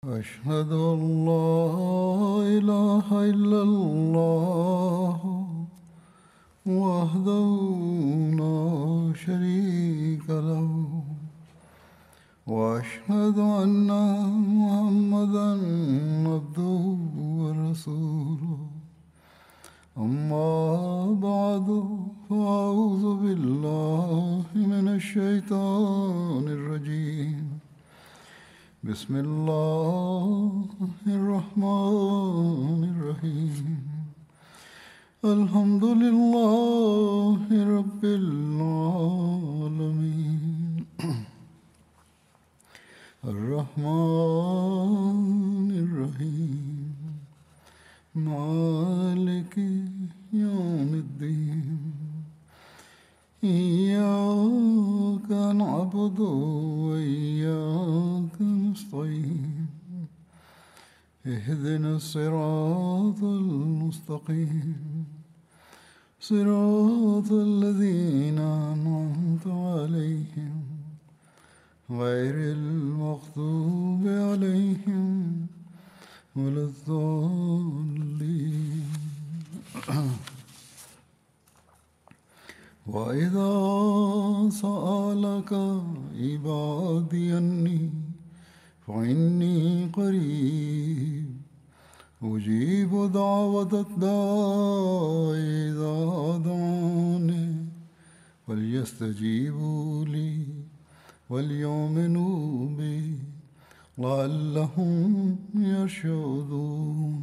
أشهد أن لا إله إلا الله وحده لا شريك له وأشهد أن محمدا عبده ورسوله أما بعد فأعوذ بالله من الشيطان الرجيم بسم الله الرحمن الرحيم الحمد لله رب العالمين الرحمن الرحيم مالك يوم الدين إياك نعبد وإياك نستعين اهدنا الصراط المستقيم صراط الذين أنعمت عليهم غير المغضوب عليهم ولا الضالين وإذا سألك عبادي عني فإني قريب أجيب دعوة الداع إذا دعاني فليستجيبوا لي وليؤمنوا بي لعلهم يرشدون.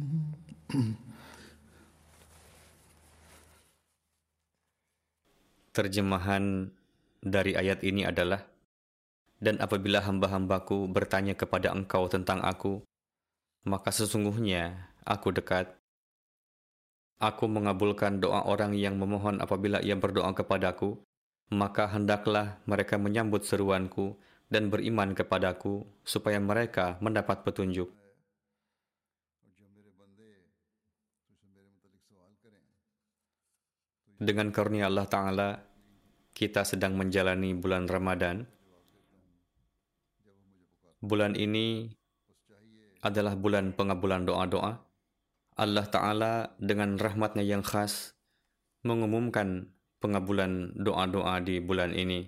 Terjemahan dari ayat ini adalah, dan apabila hamba-hambaku bertanya kepada engkau tentang aku, maka sesungguhnya aku dekat. Aku mengabulkan doa orang yang memohon apabila ia berdoa kepadaku, maka hendaklah mereka menyambut seruanku dan beriman kepadaku, supaya mereka mendapat petunjuk. Dengan karunia Allah Ta'ala, kita sedang menjalani bulan Ramadan. Bulan ini adalah bulan pengabulan doa-doa. Allah Ta'ala dengan rahmatnya yang khas mengumumkan pengabulan doa-doa di bulan ini.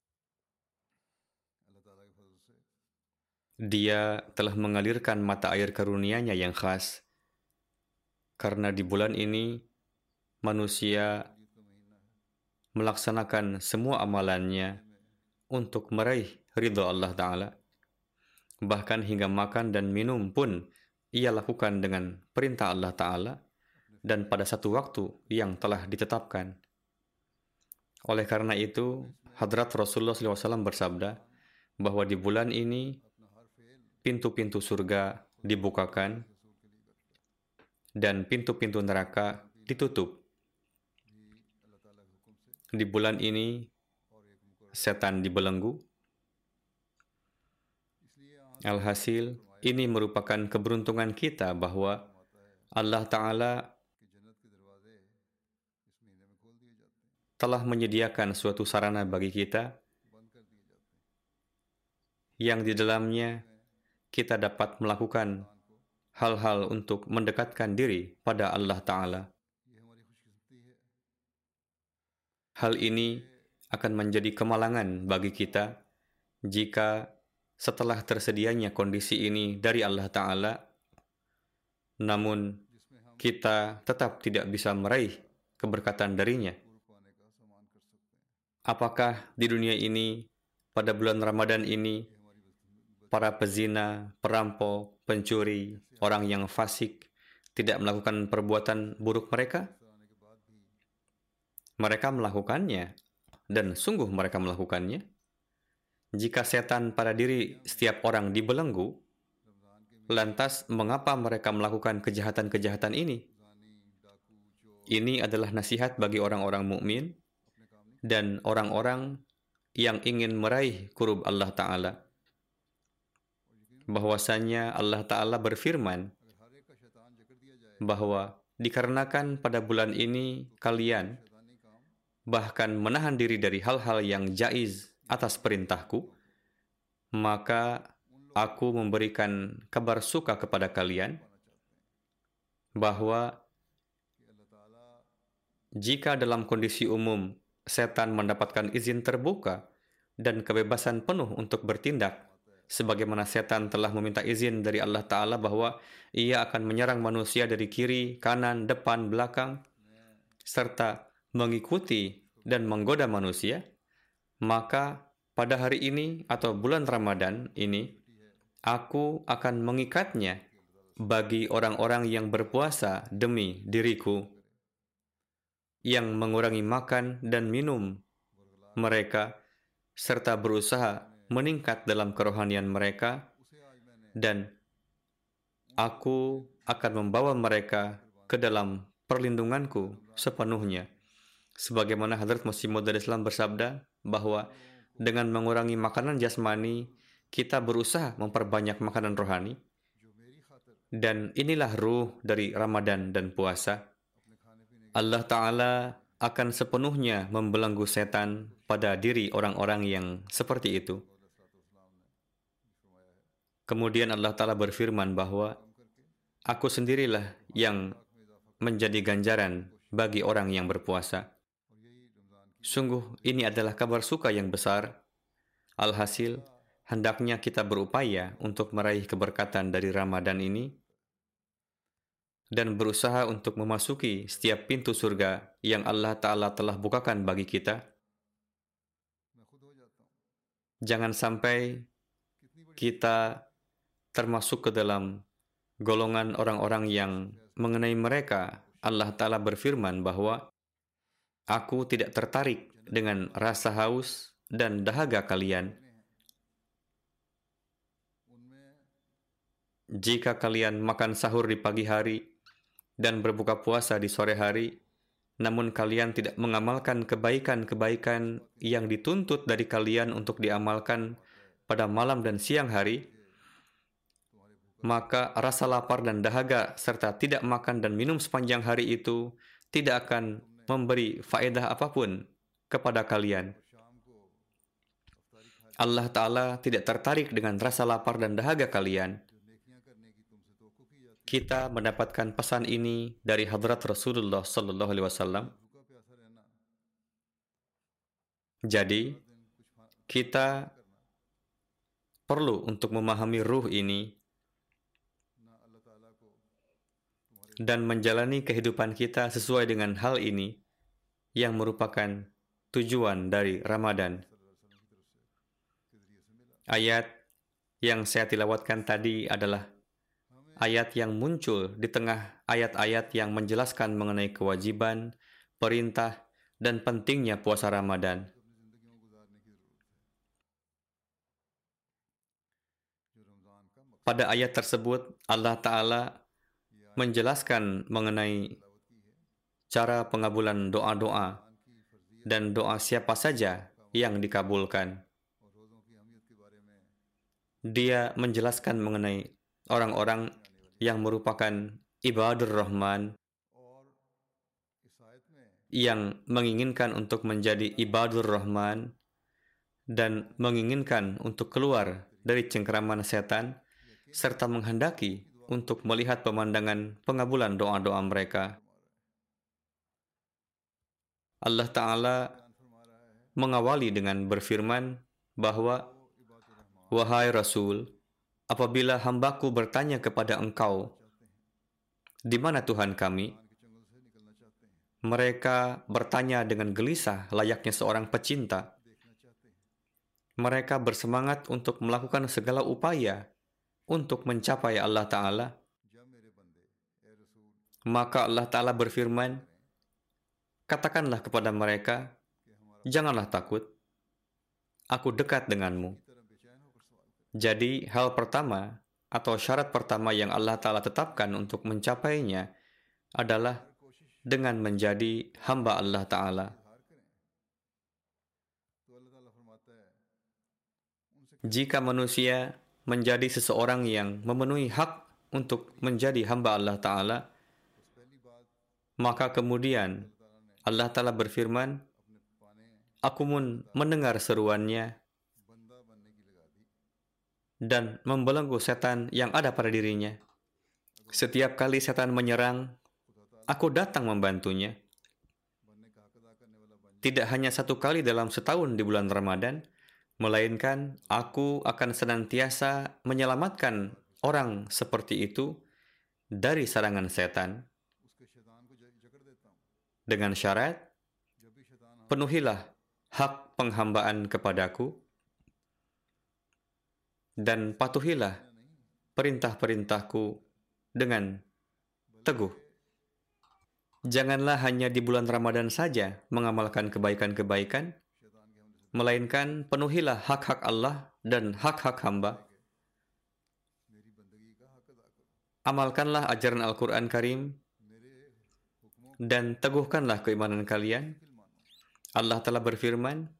Dia telah mengalirkan mata air karunia-Nya yang khas, karena di bulan ini manusia melaksanakan semua amalannya untuk meraih ridha Allah Ta'ala. Bahkan hingga makan dan minum pun ia lakukan dengan perintah Allah Ta'ala dan pada satu waktu yang telah ditetapkan. Oleh karena itu, Hadrat Rasulullah SAW bersabda bahwa di bulan ini pintu-pintu surga dibukakan dan pintu-pintu neraka ditutup. Di bulan ini, setan dibelenggu. Alhasil, ini merupakan keberuntungan kita bahwa Allah Ta'ala telah menyediakan suatu sarana bagi kita yang di dalamnya kita dapat melakukan hal-hal untuk mendekatkan diri pada Allah Ta'ala. Hal ini akan menjadi kemalangan bagi kita jika setelah tersedianya kondisi ini dari Allah Ta'ala, namun kita tetap tidak bisa meraih keberkatan darinya. Apakah di dunia ini, pada bulan Ramadan ini, para pezina, perampok, pencuri, orang yang fasik tidak melakukan perbuatan buruk mereka? Mereka melakukannya, dan sungguh mereka melakukannya. Jika setan pada diri setiap orang dibelenggu, lantas mengapa mereka melakukan kejahatan-kejahatan ini? Ini adalah nasihat bagi orang-orang mukmin dan orang-orang yang ingin meraih qurub Allah Ta'ala. Bahwasanya Allah Ta'ala berfirman bahwa dikarenakan pada bulan ini kalian bahkan menahan diri dari hal-hal yang jaiz atas perintahku, maka aku memberikan kabar suka kepada kalian bahwa jika dalam kondisi umum setan mendapatkan izin terbuka dan kebebasan penuh untuk bertindak, sebagaimana setan telah meminta izin dari Allah Ta'ala bahwa ia akan menyerang manusia dari kiri, kanan, depan, belakang, serta mengikuti dan menggoda manusia, maka pada hari ini atau bulan Ramadan ini, aku akan mengikatnya bagi orang-orang yang berpuasa demi diriku, yang mengurangi makan dan minum mereka, serta berusaha meningkat dalam kerohanian mereka, dan aku akan membawa mereka ke dalam perlindunganku sepenuhnya. Sebagaimana Hadrat Masih Maud Islam bersabda bahwa dengan mengurangi makanan jasmani, kita berusaha memperbanyak makanan rohani. Dan inilah ruh dari Ramadan dan puasa. Allah Ta'ala akan sepenuhnya membelenggu setan pada diri orang-orang yang seperti itu. Kemudian Allah Ta'ala berfirman bahwa aku sendirilah yang menjadi ganjaran bagi orang yang berpuasa. Sungguh ini adalah kabar suka yang besar. Alhasil, hendaknya kita berupaya untuk meraih keberkatan dari Ramadan ini dan berusaha untuk memasuki setiap pintu surga yang Allah Ta'ala telah bukakan bagi kita. Jangan sampai kita termasuk ke dalam golongan orang-orang yang mengenai mereka Allah Ta'ala berfirman bahwa aku tidak tertarik dengan rasa haus dan dahaga kalian. Jika kalian makan sahur di pagi hari dan berbuka puasa di sore hari, namun kalian tidak mengamalkan kebaikan-kebaikan yang dituntut dari kalian untuk diamalkan pada malam dan siang hari, maka rasa lapar dan dahaga serta tidak makan dan minum sepanjang hari itu tidak akan memberi faedah apapun kepada kalian. Allah Ta'ala tidak tertarik dengan rasa lapar dan dahaga kalian. Kita mendapatkan pesan ini dari Hadrat Rasulullah Sallallahu Alaihi Wasallam. Jadi, kita perlu untuk memahami ruh ini dan menjalani kehidupan kita sesuai dengan hal ini yang merupakan tujuan dari Ramadan. Ayat yang saya tilawatkan tadi adalah ayat yang muncul di tengah ayat-ayat yang menjelaskan mengenai kewajiban, perintah, dan pentingnya puasa Ramadan. Pada ayat tersebut, Allah Ta'ala menjelaskan mengenai cara pengabulan doa-doa dan doa siapa saja yang dikabulkan. Dia menjelaskan mengenai orang-orang yang merupakan ibadur Rahman, yang menginginkan untuk menjadi ibadur Rahman dan menginginkan untuk keluar dari cengkeraman setan, serta menghendaki untuk melihat pemandangan pengabulan doa-doa mereka. Allah Ta'ala mengawali dengan berfirman bahwa, wahai Rasul, apabila hambaku bertanya kepada engkau, di mana Tuhan kami? Mereka bertanya dengan gelisah layaknya seorang pecinta. Mereka bersemangat untuk melakukan segala upaya untuk mencapai Allah Ta'ala. Maka Allah Ta'ala berfirman, katakanlah kepada mereka, janganlah takut, aku dekat denganmu. Jadi, hal pertama atau syarat pertama yang Allah Ta'ala tetapkan untuk mencapainya adalah dengan menjadi hamba Allah Ta'ala. Jika manusia menjadi seseorang yang memenuhi hak untuk menjadi hamba Allah Ta'ala, maka kemudian Allah Ta'ala berfirman, aku pun mendengar seruannya dan membelenggu setan yang ada pada dirinya. Setiap kali setan menyerang, aku datang membantunya. Tidak hanya satu kali dalam setahun di bulan Ramadan, melainkan aku akan senantiasa menyelamatkan orang seperti itu dari serangan setan dengan syarat, penuhilah hak penghambaan kepadaku dan patuhilah perintah-perintahku dengan teguh. Janganlah hanya di bulan Ramadan saja mengamalkan kebaikan-kebaikan, melainkan penuhilah hak-hak Allah dan hak-hak hamba. Amalkanlah ajaran Al-Quran Karim dan teguhkanlah keimanan kalian. Allah telah berfirman,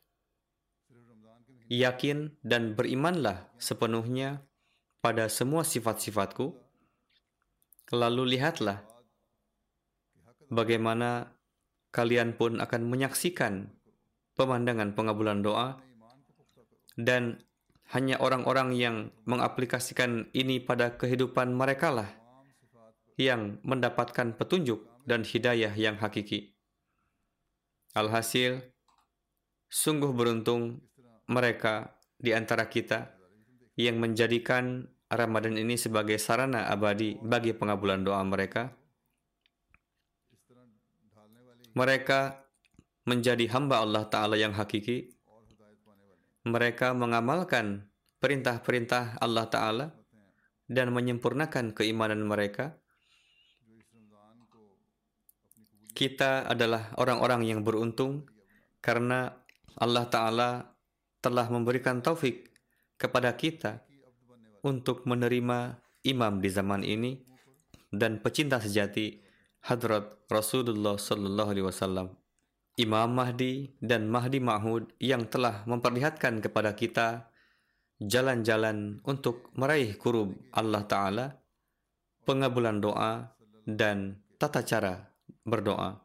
yakin dan berimanlah sepenuhnya pada semua sifat-sifatku, lalu lihatlah bagaimana kalian pun akan menyaksikan pemandangan pengabulan doa, dan hanya orang-orang yang mengaplikasikan ini pada kehidupan mereka lah yang mendapatkan petunjuk dan hidayah yang hakiki. Alhasil, sungguh beruntung mereka di antara kita yang menjadikan Ramadan ini sebagai sarana abadi bagi pengabulan doa mereka. Mereka menjadi hamba Allah Ta'ala yang hakiki. Mereka mengamalkan perintah-perintah Allah Ta'ala dan menyempurnakan keimanan mereka. Kita adalah orang-orang yang beruntung karena Allah Ta'ala telah memberikan taufik kepada kita untuk menerima imam di zaman ini dan pecinta sejati Hadrat Rasulullah Sallallahu Alaihi Wasallam, Imam Mahdi dan Mahdi Ma'hud yang telah memperlihatkan kepada kita jalan-jalan untuk meraih qurub Allah Ta'ala, pengabulan doa, dan tata cara berdoa.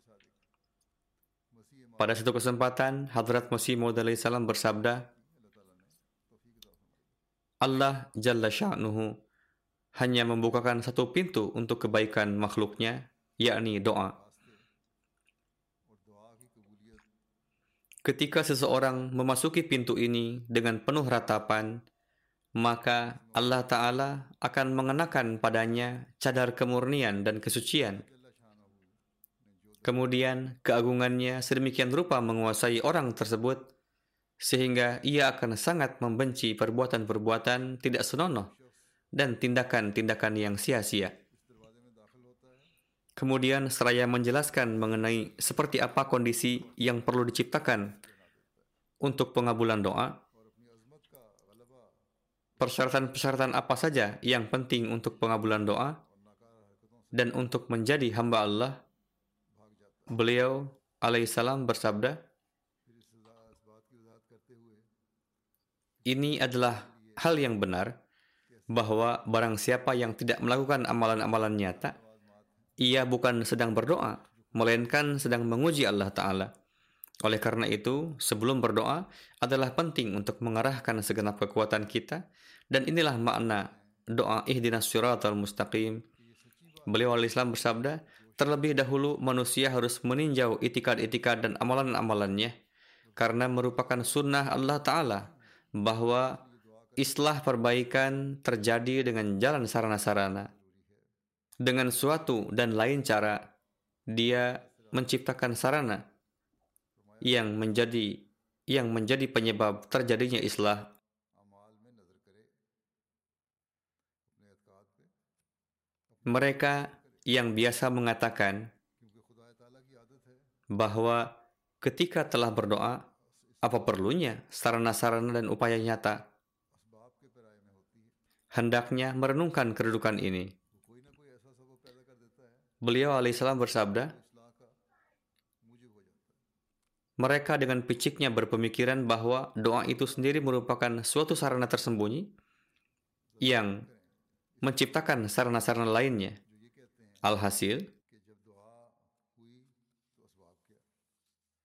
Pada satu kesempatan, Hadrat Masih Maud alaihi salam bersabda, Allah Jalla Sya'nuhu hanya membukakan satu pintu untuk kebaikan makhluknya, yakni doa. Ketika seseorang memasuki pintu ini dengan penuh ratapan, maka Allah Ta'ala akan mengenakan padanya cadar kemurnian dan kesucian. Kemudian keagungannya sedemikian rupa menguasai orang tersebut, sehingga ia akan sangat membenci perbuatan-perbuatan tidak senonoh dan tindakan-tindakan yang sia-sia. Kemudian seraya menjelaskan mengenai seperti apa kondisi yang perlu diciptakan untuk pengabulan doa, persyaratan-persyaratan apa saja yang penting untuk pengabulan doa, dan untuk menjadi hamba Allah, beliau alaihissalam bersabda, ini adalah hal yang benar, bahwa barang siapa yang tidak melakukan amalan-amalan nyata, ia bukan sedang berdoa, melainkan sedang menguji Allah Ta'ala. Oleh karena itu, sebelum berdoa adalah penting untuk mengarahkan segenap kekuatan kita, dan inilah makna doa ihdinas siratal mustaqim. Beliau alaihissalam bersabda, terlebih dahulu manusia harus meninjau itikad-itikad dan amalan-amalannya, karena merupakan sunnah Allah Ta'ala bahwa islah perbaikan terjadi dengan jalan sarana-sarana. Dengan suatu dan lain cara, dia menciptakan sarana yang menjadi penyebab terjadinya islah. Mereka yang biasa mengatakan bahwa ketika telah berdoa, apa perlunya sarana-sarana dan upaya nyata? Hendaknya merenungkan kedudukan ini. Beliau alaihissalam bersabda, mereka dengan piciknya berpemikiran bahwa doa itu sendiri merupakan suatu sarana tersembunyi yang menciptakan sarana-sarana lainnya. Alhasil,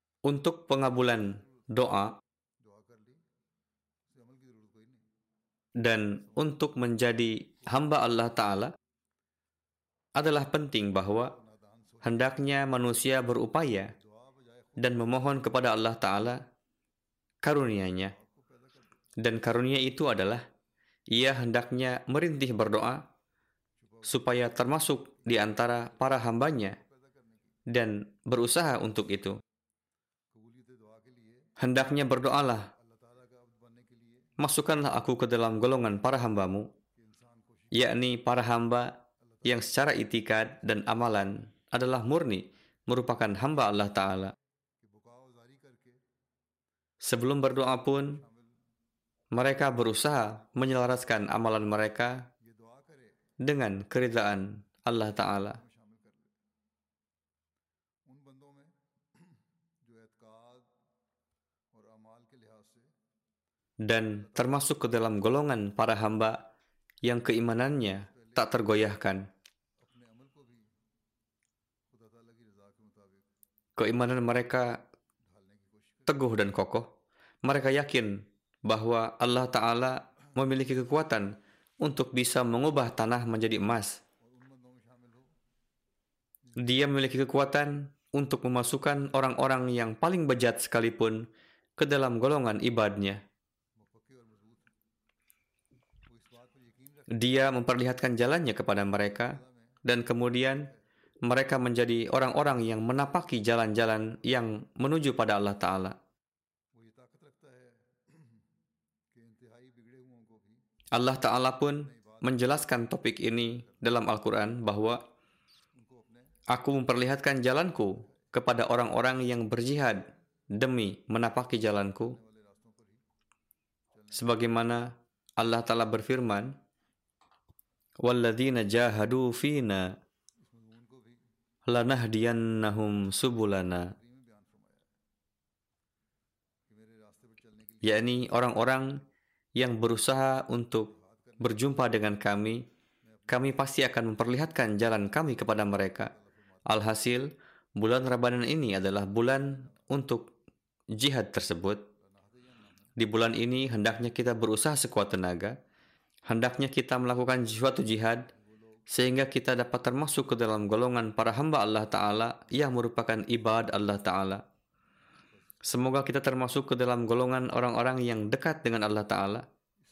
untuk pengabulan doa, Dan untuk menjadi hamba Allah Ta'ala adalah penting bahwa hendaknya manusia berupaya dan memohon kepada Allah Ta'ala karunia-Nya. Dan karunia itu adalah ia hendaknya merintih berdoa supaya termasuk di antara para hambanya dan berusaha untuk itu. Hendaknya berdoalah, masukkanlah aku ke dalam golongan para hambamu, yakni para hamba yang secara itikad dan amalan adalah murni merupakan hamba Allah Ta'ala. Sebelum berdoa pun, mereka berusaha menyelaraskan amalan mereka dengan keridaan Allah Ta'ala. Dan termasuk ke dalam golongan para hamba yang keimanannya tak tergoyahkan. Keimanan mereka teguh dan kokoh. Mereka yakin bahwa Allah Ta'ala memiliki kekuatan untuk bisa mengubah tanah menjadi emas. Dia memiliki kekuatan untuk memasukkan orang-orang yang paling bejat sekalipun ke dalam golongan ibadnya. Dia memperlihatkan jalannya kepada mereka, dan kemudian mereka menjadi orang-orang yang menapaki jalan-jalan yang menuju pada Allah Ta'ala. Allah Ta'ala pun menjelaskan topik ini dalam Al-Quran bahwa aku memperlihatkan jalanku kepada orang-orang yang berjihad demi menapaki jalanku. Sebagaimana Allah Ta'ala berfirman, وَالَّذِينَ جَاهَدُوا فِينَا لَنَهْدِيَنَّهُمْ سُبُلَنَا, yakni orang-orang yang berusaha untuk berjumpa dengan kami, kami pasti akan memperlihatkan jalan kami kepada mereka. Alhasil, bulan Ramadan ini adalah bulan untuk jihad tersebut. Di bulan ini hendaknya kita berusaha sekuat tenaga, hendaknya kita melakukan suatu jihad sehingga kita dapat termasuk ke dalam golongan para hamba Allah Ta'ala yang merupakan ibad Allah Ta'ala. Semoga kita termasuk ke dalam golongan orang-orang yang dekat dengan Allah Ta'ala.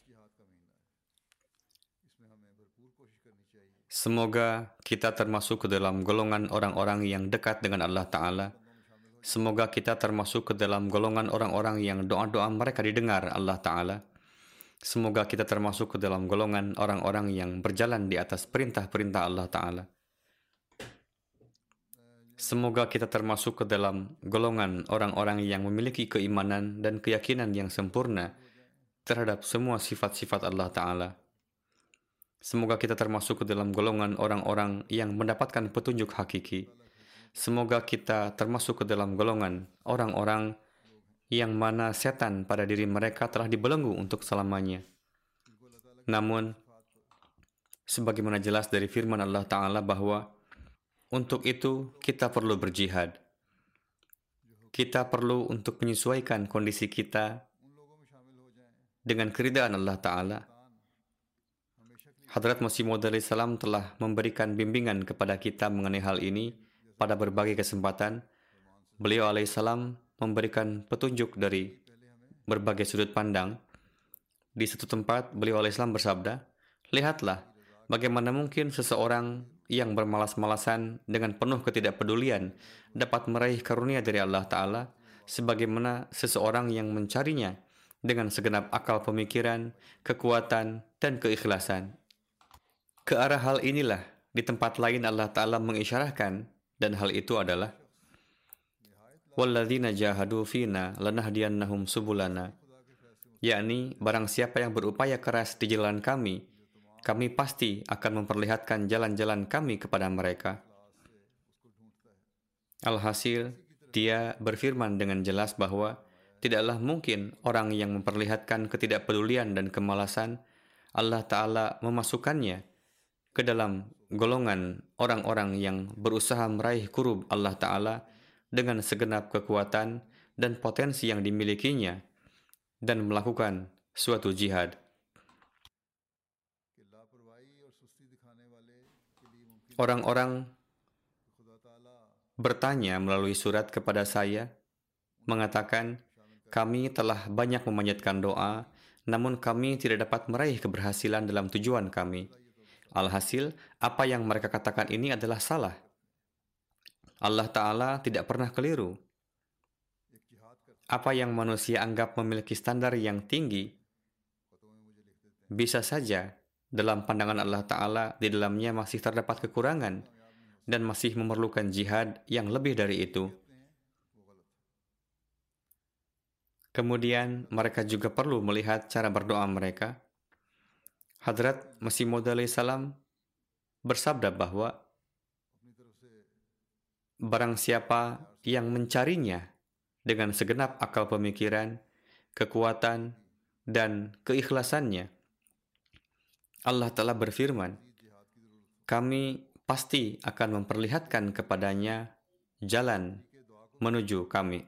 Semoga kita termasuk ke dalam golongan orang-orang yang dekat dengan Allah Ta'ala. Semoga kita termasuk ke dalam golongan orang-orang yang doa-doa mereka didengar Allah Ta'ala. Semoga kita termasuk ke dalam golongan orang-orang yang berjalan di atas perintah-perintah Allah Ta'ala. Semoga kita termasuk ke dalam golongan orang-orang yang memiliki keimanan dan keyakinan yang sempurna terhadap semua sifat-sifat Allah Ta'ala. Semoga kita termasuk ke dalam golongan orang-orang yang mendapatkan petunjuk hakiki. Semoga kita termasuk ke dalam golongan orang-orang yang mana setan pada diri mereka telah dibelenggu untuk selamanya. Namun, sebagaimana jelas dari firman Allah Ta'ala bahwa untuk itu kita perlu berjihad. Kita perlu untuk menyesuaikan kondisi kita dengan keridaan Allah Ta'ala. Hadrat Masih Maud alaihissalam telah memberikan bimbingan kepada kita mengenai hal ini pada berbagai kesempatan. Beliau alaihissalam memberikan petunjuk dari berbagai sudut pandang. Di satu tempat, beliau alaihissalam bersabda, lihatlah bagaimana mungkin seseorang yang bermalas-malasan dengan penuh ketidakpedulian dapat meraih karunia dari Allah Ta'ala, sebagaimana seseorang yang mencarinya dengan segenap akal pemikiran, kekuatan, dan keikhlasan. Ke arah hal inilah di tempat lain Allah Ta'ala mengisyarahkan, dan hal itu adalah وَالَّذِينَ جَاهَدُوا فِينَا لَنَهْدِيَنَّهُمْ سُبُلَنَا, yakni barang siapa yang berupaya keras di jalan kami, kami pasti akan memperlihatkan jalan-jalan kami kepada mereka. Alhasil, dia berfirman dengan jelas bahwa tidaklah mungkin orang yang memperlihatkan ketidakpedulian dan kemalasan, Allah Ta'ala memasukkannya ke dalam golongan orang-orang yang berusaha meraih qurub Allah Ta'ala dengan segenap kekuatan dan potensi yang dimilikinya dan melakukan suatu jihad. Orang-orang bertanya melalui surat kepada saya, mengatakan, kami telah banyak memanjatkan doa, namun kami tidak dapat meraih keberhasilan dalam tujuan kami. Alhasil, apa yang mereka katakan ini adalah salah. Allah Ta'ala tidak pernah keliru. Apa yang manusia anggap memiliki standar yang tinggi, bisa saja dalam pandangan Allah Ta'ala di dalamnya masih terdapat kekurangan dan masih memerlukan jihad yang lebih dari itu. Kemudian mereka juga perlu melihat cara berdoa mereka. Hadrat Masih Maud alaihissalam bersabda bahwa barang siapa yang mencarinya dengan segenap akal pemikiran, kekuatan, dan keikhlasannya, Allah Ta'ala berfirman, kami pasti akan memperlihatkan kepadanya jalan menuju kami.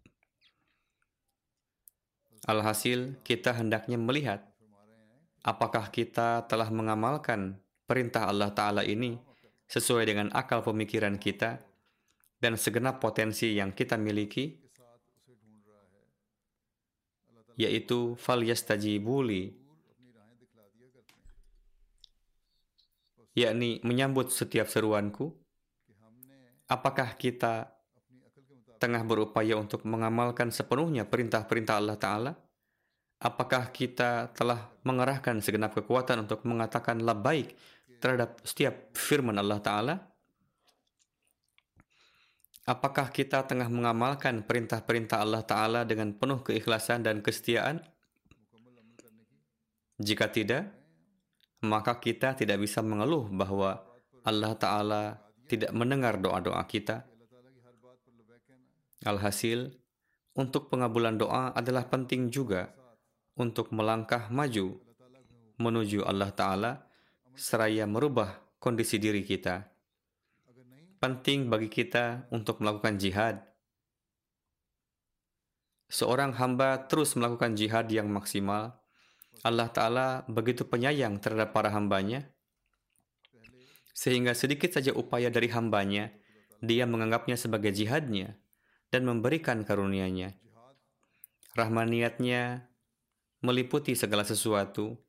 Alhasil, kita hendaknya melihat apakah kita telah mengamalkan perintah Allah Ta'ala ini sesuai dengan akal pemikiran kita dan segenap potensi yang kita miliki, yaitu falyastajibu li, yakni menyambut setiap seruanku. Apakah kita tengah berupaya untuk mengamalkan sepenuhnya perintah-perintah Allah Ta'ala? Apakah kita telah mengerahkan segenap kekuatan untuk mengatakan labbaik terhadap setiap firman Allah Ta'ala? Apakah kita tengah mengamalkan perintah-perintah Allah Ta'ala dengan penuh keikhlasan dan kesetiaan? Jika tidak, maka kita tidak bisa mengeluh bahwa Allah Ta'ala tidak mendengar doa-doa kita. Alhasil, untuk pengabulan doa adalah penting juga untuk melangkah maju menuju Allah Ta'ala seraya merubah kondisi diri kita. Penting bagi kita untuk melakukan jihad. Seorang hamba terus melakukan jihad yang maksimal. Allah Ta'ala begitu penyayang terhadap para hambanya, sehingga sedikit saja upaya dari hambanya, dia menganggapnya sebagai jihadnya dan memberikan karunia-Nya. Rahmaniyatnya meliputi segala sesuatu,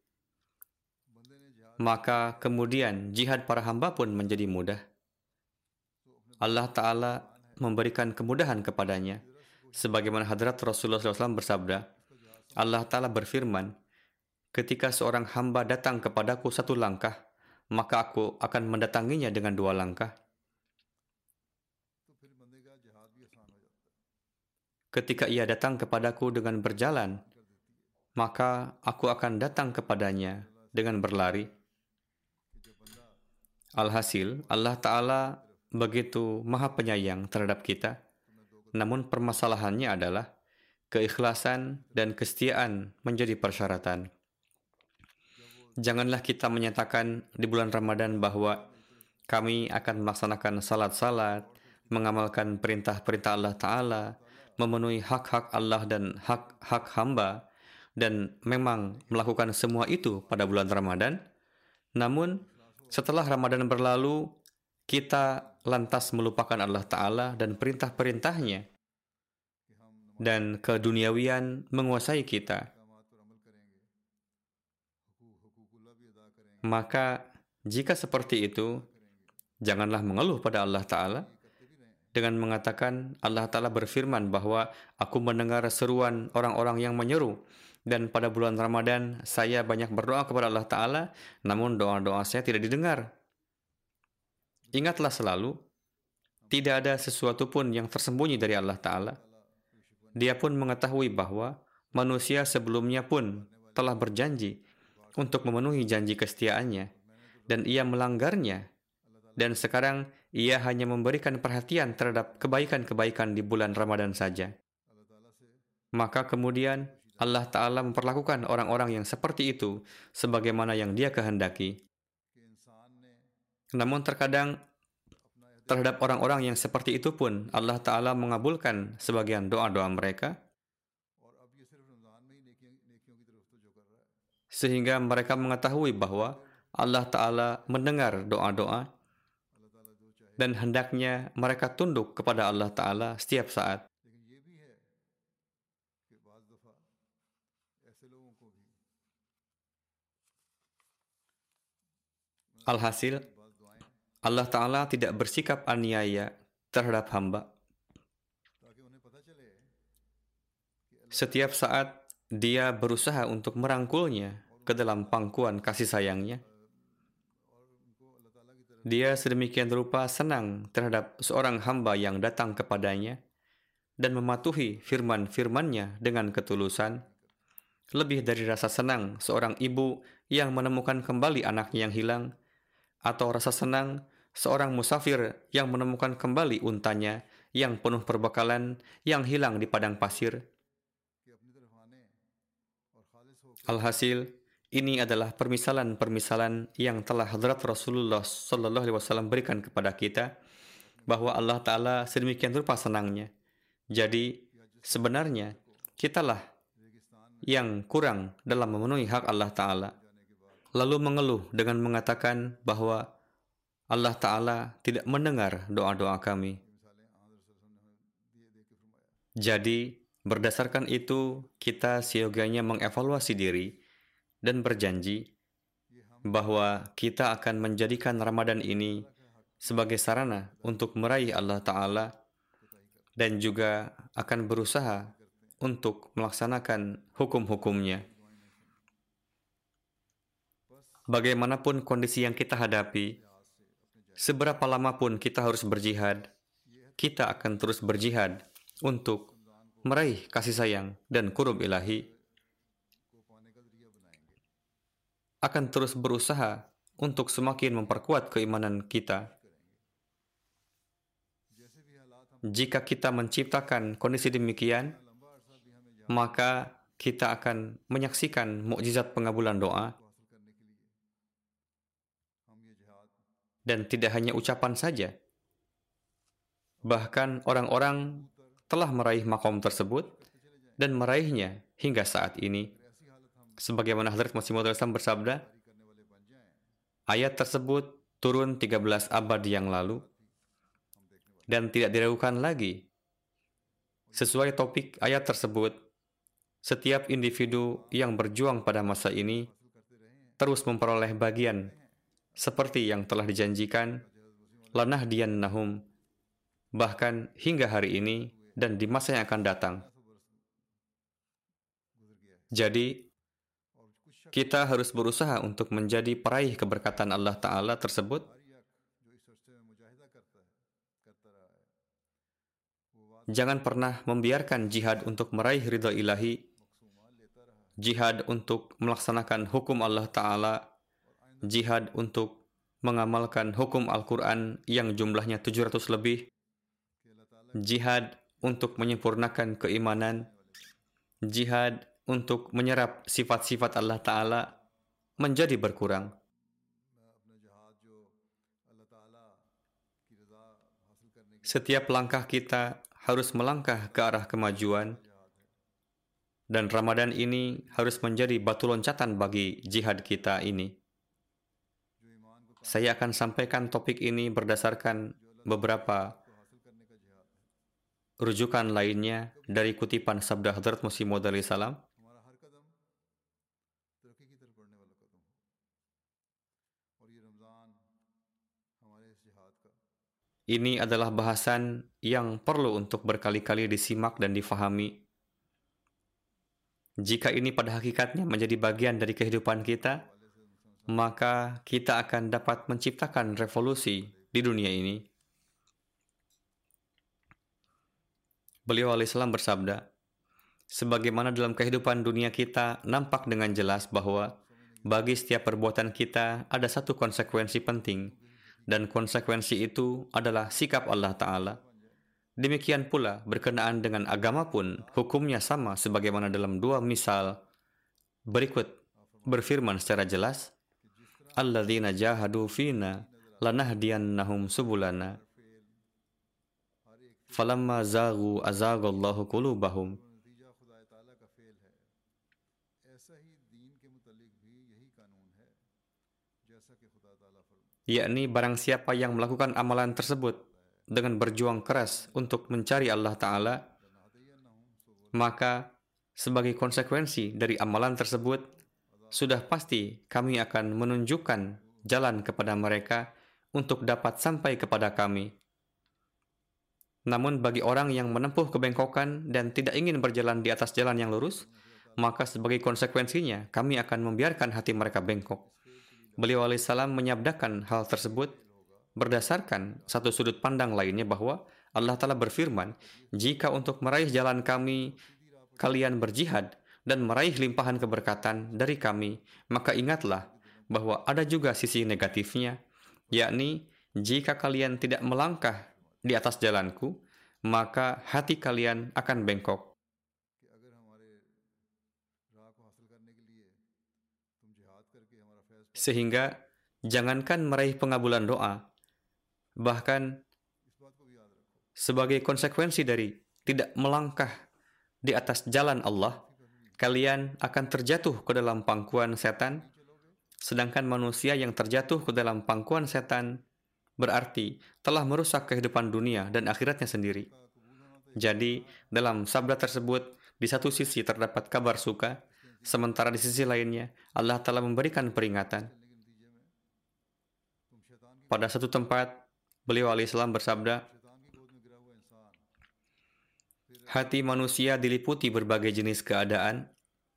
maka kemudian jihad para hamba pun menjadi mudah. Allah Ta'ala memberikan kemudahan kepadanya. Sebagaimana Hadrat Rasulullah SAW bersabda, Allah Ta'ala berfirman, ketika seorang hamba datang kepadaku satu langkah, maka aku akan mendatanginya dengan 2 langkah. Ketika ia datang kepadaku dengan berjalan, maka aku akan datang kepadanya dengan berlari. Alhasil, Allah Ta'ala begitu maha penyayang terhadap kita. Namun permasalahannya adalah keikhlasan dan kesetiaan menjadi persyaratan. Janganlah kita menyatakan di bulan Ramadan bahwa kami akan melaksanakan salat-salat, mengamalkan perintah-perintah Allah Ta'ala, memenuhi hak-hak Allah dan hak-hak hamba, dan memang melakukan semua itu pada bulan Ramadan. Namun, setelah Ramadan berlalu, kita lantas melupakan Allah Ta'ala dan perintah-perintahnya, dan keduniawian menguasai kita. Maka, jika seperti itu, janganlah mengeluh pada Allah Ta'ala dengan mengatakan Allah Ta'ala berfirman bahwa aku mendengar seruan orang-orang yang menyeru, dan pada bulan Ramadan saya banyak berdoa kepada Allah Ta'ala, namun doa-doa saya tidak didengar. Ingatlah selalu, tidak ada sesuatu pun yang tersembunyi dari Allah Ta'ala. Dia pun mengetahui bahwa manusia sebelumnya pun telah berjanji untuk memenuhi janji kesetiaannya, dan ia melanggarnya. Dan sekarang ia hanya memberikan perhatian terhadap kebaikan-kebaikan di bulan Ramadan saja. Maka kemudian Allah Ta'ala memperlakukan orang-orang yang seperti itu sebagaimana yang Dia kehendaki. Namun terkadang terhadap orang-orang yang seperti itu pun Allah Ta'ala mengabulkan sebagian doa-doa mereka, sehingga mereka mengetahui bahwa Allah Ta'ala mendengar doa-doa dan hendaknya mereka tunduk kepada Allah Ta'ala setiap saat. लेकिन ये भी है कि बाज़ दफ़ा ऐसे लोगों को भी Alhasil, बाज़ दुआएं Allah Ta'ala tidak bersikap aniaya terhadap hamba. ताकि उन्हें पता चले Setiap saat dia berusaha untuk merangkulnya ke dalam pangkuan kasih sayangnya. और उनको अल्लाह ताला की तरफ Dia sedemikian rupa senang terhadap seorang hamba yang datang kepadanya dan mematuhi firman-firmannya dengan ketulusan, lebih dari rasa senang seorang ibu yang menemukan kembali anaknya yang hilang, atau rasa senang seorang musafir yang menemukan kembali untanya yang penuh perbekalan yang hilang di padang pasir. कि अपनी तरफ आने और खालिस होकर Alhasil, ini adalah permisalan-permisalan yang telah Hadrat Rasulullah Sallallahu Alaihi Wasallam berikan kepada kita, bahwa Allah Ta'ala sedemikian rupa senangnya. Jadi, sebenarnya kitalah रेगिस्तान yang kurang dalam memenuhi hak Allah Ta'ala, जाने के बाद lalu mengeluh dengan mengatakan bahwa Allah Ta'ala tidak mendengar doa-doa kami. मिसालें आदर रसूल ने हमें दे के फरमाया Jadi, berdasarkan itu, kita seyogianya mengevaluasi diri dan berjanji bahwa kita akan menjadikan Ramadan ini sebagai sarana untuk meraih Allah Ta'ala dan juga akan berusaha untuk melaksanakan hukum-hukumnya. Bagaimanapun kondisi yang kita hadapi, seberapa lama pun kita harus berjihad, kita akan terus berjihad untuk meraih kasih sayang dan qurub ilahi, को पाने का जरिया बनाएंगे akan terus berusaha untuk semakin memperkuat keimanan kita. जैसे भी हालात हम Jika kita menciptakan kondisi demikian, लंबा अरसा भी हमें maka kita akan menyaksikan mukjizat pengabulan doa, को हासिल करने के लिए हम ये जिहाद dan tidak hanya ucapan saja. Bahkan orang-orang telah meraih makom tersebut dan meraihnya hingga saat ini. ऐसी हालत हम Sebagaimana Hazrat Masih Maud bersabda, जारी करने वाले बन जाएं ayat tersebut turun 13 abad yang lalu dan tidak diragukan lagi. Sesuai topik ayat tersebut, setiap individu yang berjuang pada masa ini terus memperoleh bagian seperti yang telah dijanjikan, lanahdiyan nahum, bahkan hingga hari ini dan di masa yang akan datang. Jadi, kita harus berusaha untuk menjadi peraih keberkatan Allah Ta'ala tersebut. हर यक जो इस अरसे में मुजाहिदा करता रहा है वो वाद Jangan pernah membiarkan jihad untuk meraih ridha ilahi, मकसूमात लेता रहा jihad untuk melaksanakan hukum Allah Ta'ala, jihad untuk mengamalkan hukum Al-Quran yang jumlahnya 700 lebih, कि अल्लाह ताला jihad untuk menyempurnakan keimanan, jihad untuk menyerap sifat-sifat Allah Ta'ala menjadi berkurang. अपना जिहाद जो अल्लाह ताला की रज़ा हासिल करने के Setiap langkah kita harus melangkah ke arah kemajuan, dan Ramadan ini harus menjadi batu loncatan bagi jihad kita ini. जो ईमान को Saya akan sampaikan topik ini berdasarkan beberapa हासिल करने का जिहाद है rujukan lainnya dari kutipan sabda Hadrat Masih Maud alaihi salam. हमारा हर कदम तरक्की की तरफ बढ़ने वाला कदम हो और ये रमज़ान हमारे इस जिहाद का Ini adalah bahasan yang perlu untuk berkali-kali disimak dan difahami. Jika ini pada hakikatnya menjadi bagian dari kehidupan kita, maka kita akan dapat menciptakan revolusi di dunia ini. Beliau alaihissalam bersabda, sebagaimana dalam kehidupan dunia kita nampak dengan jelas bahwa bagi setiap perbuatan kita ada satu konsekuensi penting, dan konsekuensi itu adalah sikap Allah Ta'ala. Demikian pula berkenaan dengan agama pun hukumnya sama sebagaimana dalam dua misal berikut berfirman secara jelas, alladzina jahadu fina lanahdiyannahum subulana falamma zaghu azagallahu qulubahum. नतीजा खुदा ताला का फेल है ऐसा ही दीन के मुतालिक भी यही कानून है जैसा yakni barang siapa yang melakukan amalan tersebut dengan berjuang keras untuk mencari Allah Ta'ala, maka sebagai konsekuensi dari amalan tersebut, sudah pasti kami akan menunjukkan jalan kepada mereka untuk dapat sampai kepada kami. Namun bagi orang yang menempuh kebengkokan dan tidak ingin berjalan di atas jalan yang lurus, maka sebagai konsekuensinya kami akan membiarkan hati mereka bengkok. Beliau alaihissalam menyabdakan hal tersebut berdasarkan satu sudut pandang lainnya bahwa Allah Ta'ala berfirman, jika untuk meraih jalan kami, kalian berjihad dan meraih limpahan keberkatan dari kami, maka ingatlah bahwa ada juga sisi negatifnya, yakni jika kalian tidak melangkah di atas jalanku, maka hati kalian akan bengkok. Sehingga jangankan meraih pengabulan doa, bahkan sebagai konsekuensi dari tidak melangkah di atas jalan Allah, kalian akan terjatuh ke dalam pangkuan setan, sedangkan manusia yang terjatuh ke dalam pangkuan setan berarti telah merusak kehidupan dunia dan akhiratnya sendiri. Jadi, dalam sabda tersebut, di satu sisi terdapat kabar suka, sementara di sisi lainnya, Allah Ta'ala memberikan peringatan. Pada satu tempat, beliau alaihissalam bersabda, hati manusia diliputi berbagai jenis keadaan.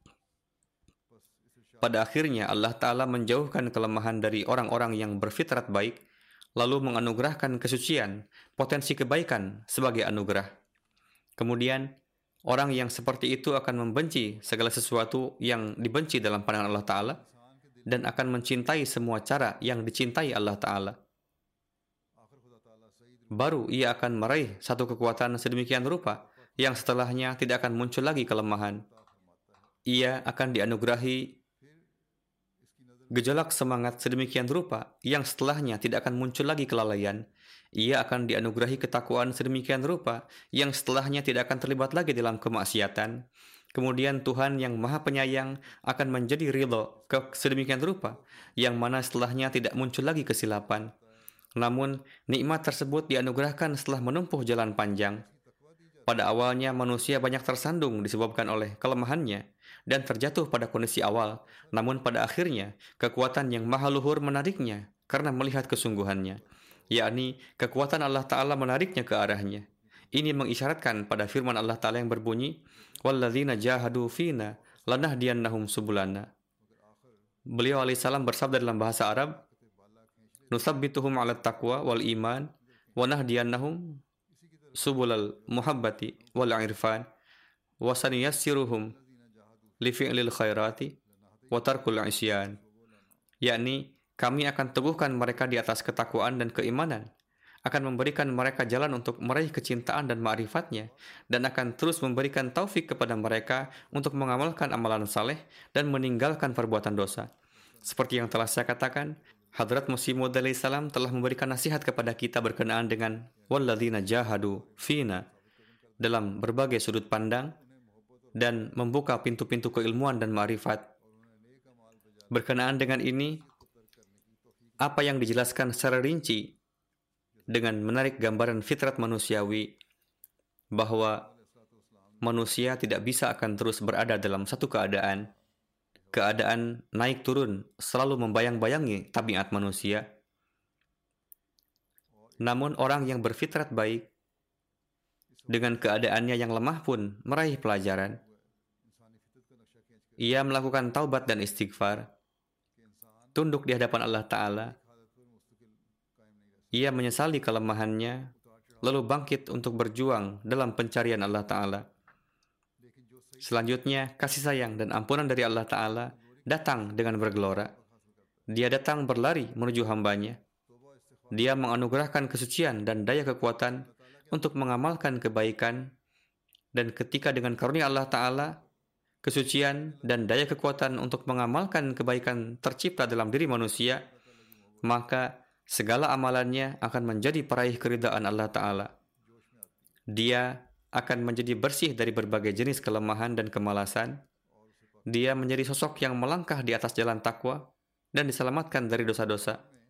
Pada akhirnya, Allah Ta'ala menjauhkan kelemahan dari orang-orang yang berfitrat baik, lalu menganugerahkan kesucian, potensi kebaikan sebagai anugerah. Kemudian, orang yang seperti itu akan membenci segala sesuatu yang dibenci dalam pandangan Allah Ta'ala dan akan mencintai semua cara yang dicintai Allah Ta'ala. Baru ia akan meraih satu kekuatan sedemikian rupa yang setelahnya tidak akan muncul lagi kelemahan. Ia akan dianugerahi gejolak semangat sedemikian rupa yang setelahnya tidak akan muncul lagi kelalaian. Ia akan dianugerahi ketakwaan sedemikian rupa yang setelahnya tidak akan terlibat lagi dalam kemaksiatan. Kemudian Tuhan yang Maha Penyayang akan menjadi ridho sedemikian rupa yang mana setelahnya tidak muncul lagi kesilapan. Namun nikmat tersebut dianugerahkan setelah menempuh jalan panjang. Pada awalnya manusia banyak tersandung disebabkan oleh kelemahannya dan terjatuh pada kondisi awal. Namun pada akhirnya kekuatan yang maha luhur menariknya karena melihat kesungguhannya, yakni kekuatan Allah Ta'ala menariknya ke arahnya. Ini mengisyaratkan pada firman Allah Ta'ala yang berbunyi, وَالَّذِينَ جَاهَدُوا فِينَا لَنَهْدِيَنَّهُمْ سُبُلَنَا. Beliau alaihissalam bersabda dalam bahasa Arab, نُثَبِّتُهُمْ عَلَى التَّقْوَى وَالْإِيمَانِ وَنَهْدِيَنَّهُمْ subulal muhabbati wal irfan wa saniyassiruhum li fi'lil khairati wa tarkul isyan. Yakni kami akan teguhkan mereka di atas ketakwaan dan keimanan, akan memberikan mereka jalan untuk meraih kecintaan dan ma'rifatnya, dan akan terus memberikan taufik kepada mereka untuk mengamalkan amalan saleh dan meninggalkan perbuatan dosa. Seperti yang telah saya katakan, Hadrat Masih Maud alaihissalam telah memberikan nasihat kepada kita berkenaan dengan walladzina jahadu fina dalam berbagai sudut pandang dan membuka pintu-pintu keilmuan dan ma'rifat. Berkenaan dengan ini, apa yang dijelaskan secara rinci dengan menarik gambaran fitrat manusiawi bahwa manusia tidak bisa akan terus berada dalam satu keadaan. Keadaan naik turun selalu membayang-bayangi tabiat manusia. Namun orang yang berfitrat baik dengan keadaannya yang lemah pun meraih pelajaran. Ia melakukan taubat dan istighfar, tunduk di hadapan Allah Ta'ala. Ia menyesali kelemahannya, lalu bangkit untuk berjuang dalam pencarian Allah Ta'ala. Selanjutnya, kasih sayang dan ampunan dari Allah Ta'ala datang dengan bergelora. Dia datang berlari menuju hambanya. Dia menganugerahkan kesucian dan daya kekuatan untuk mengamalkan kebaikan. Dan ketika dengan karunia Allah Ta'ala, kesucian dan daya kekuatan untuk mengamalkan kebaikan tercipta dalam diri manusia, maka segala amalannya akan menjadi peraih keridaan Allah Ta'ala. Dia akan menjadi bersih dari berbagai jenis kelemahan dan kemalasan. Dia menjadi sosok yang melangkah di atas jalan takwa dan diselamatkan dari dosa-dosa.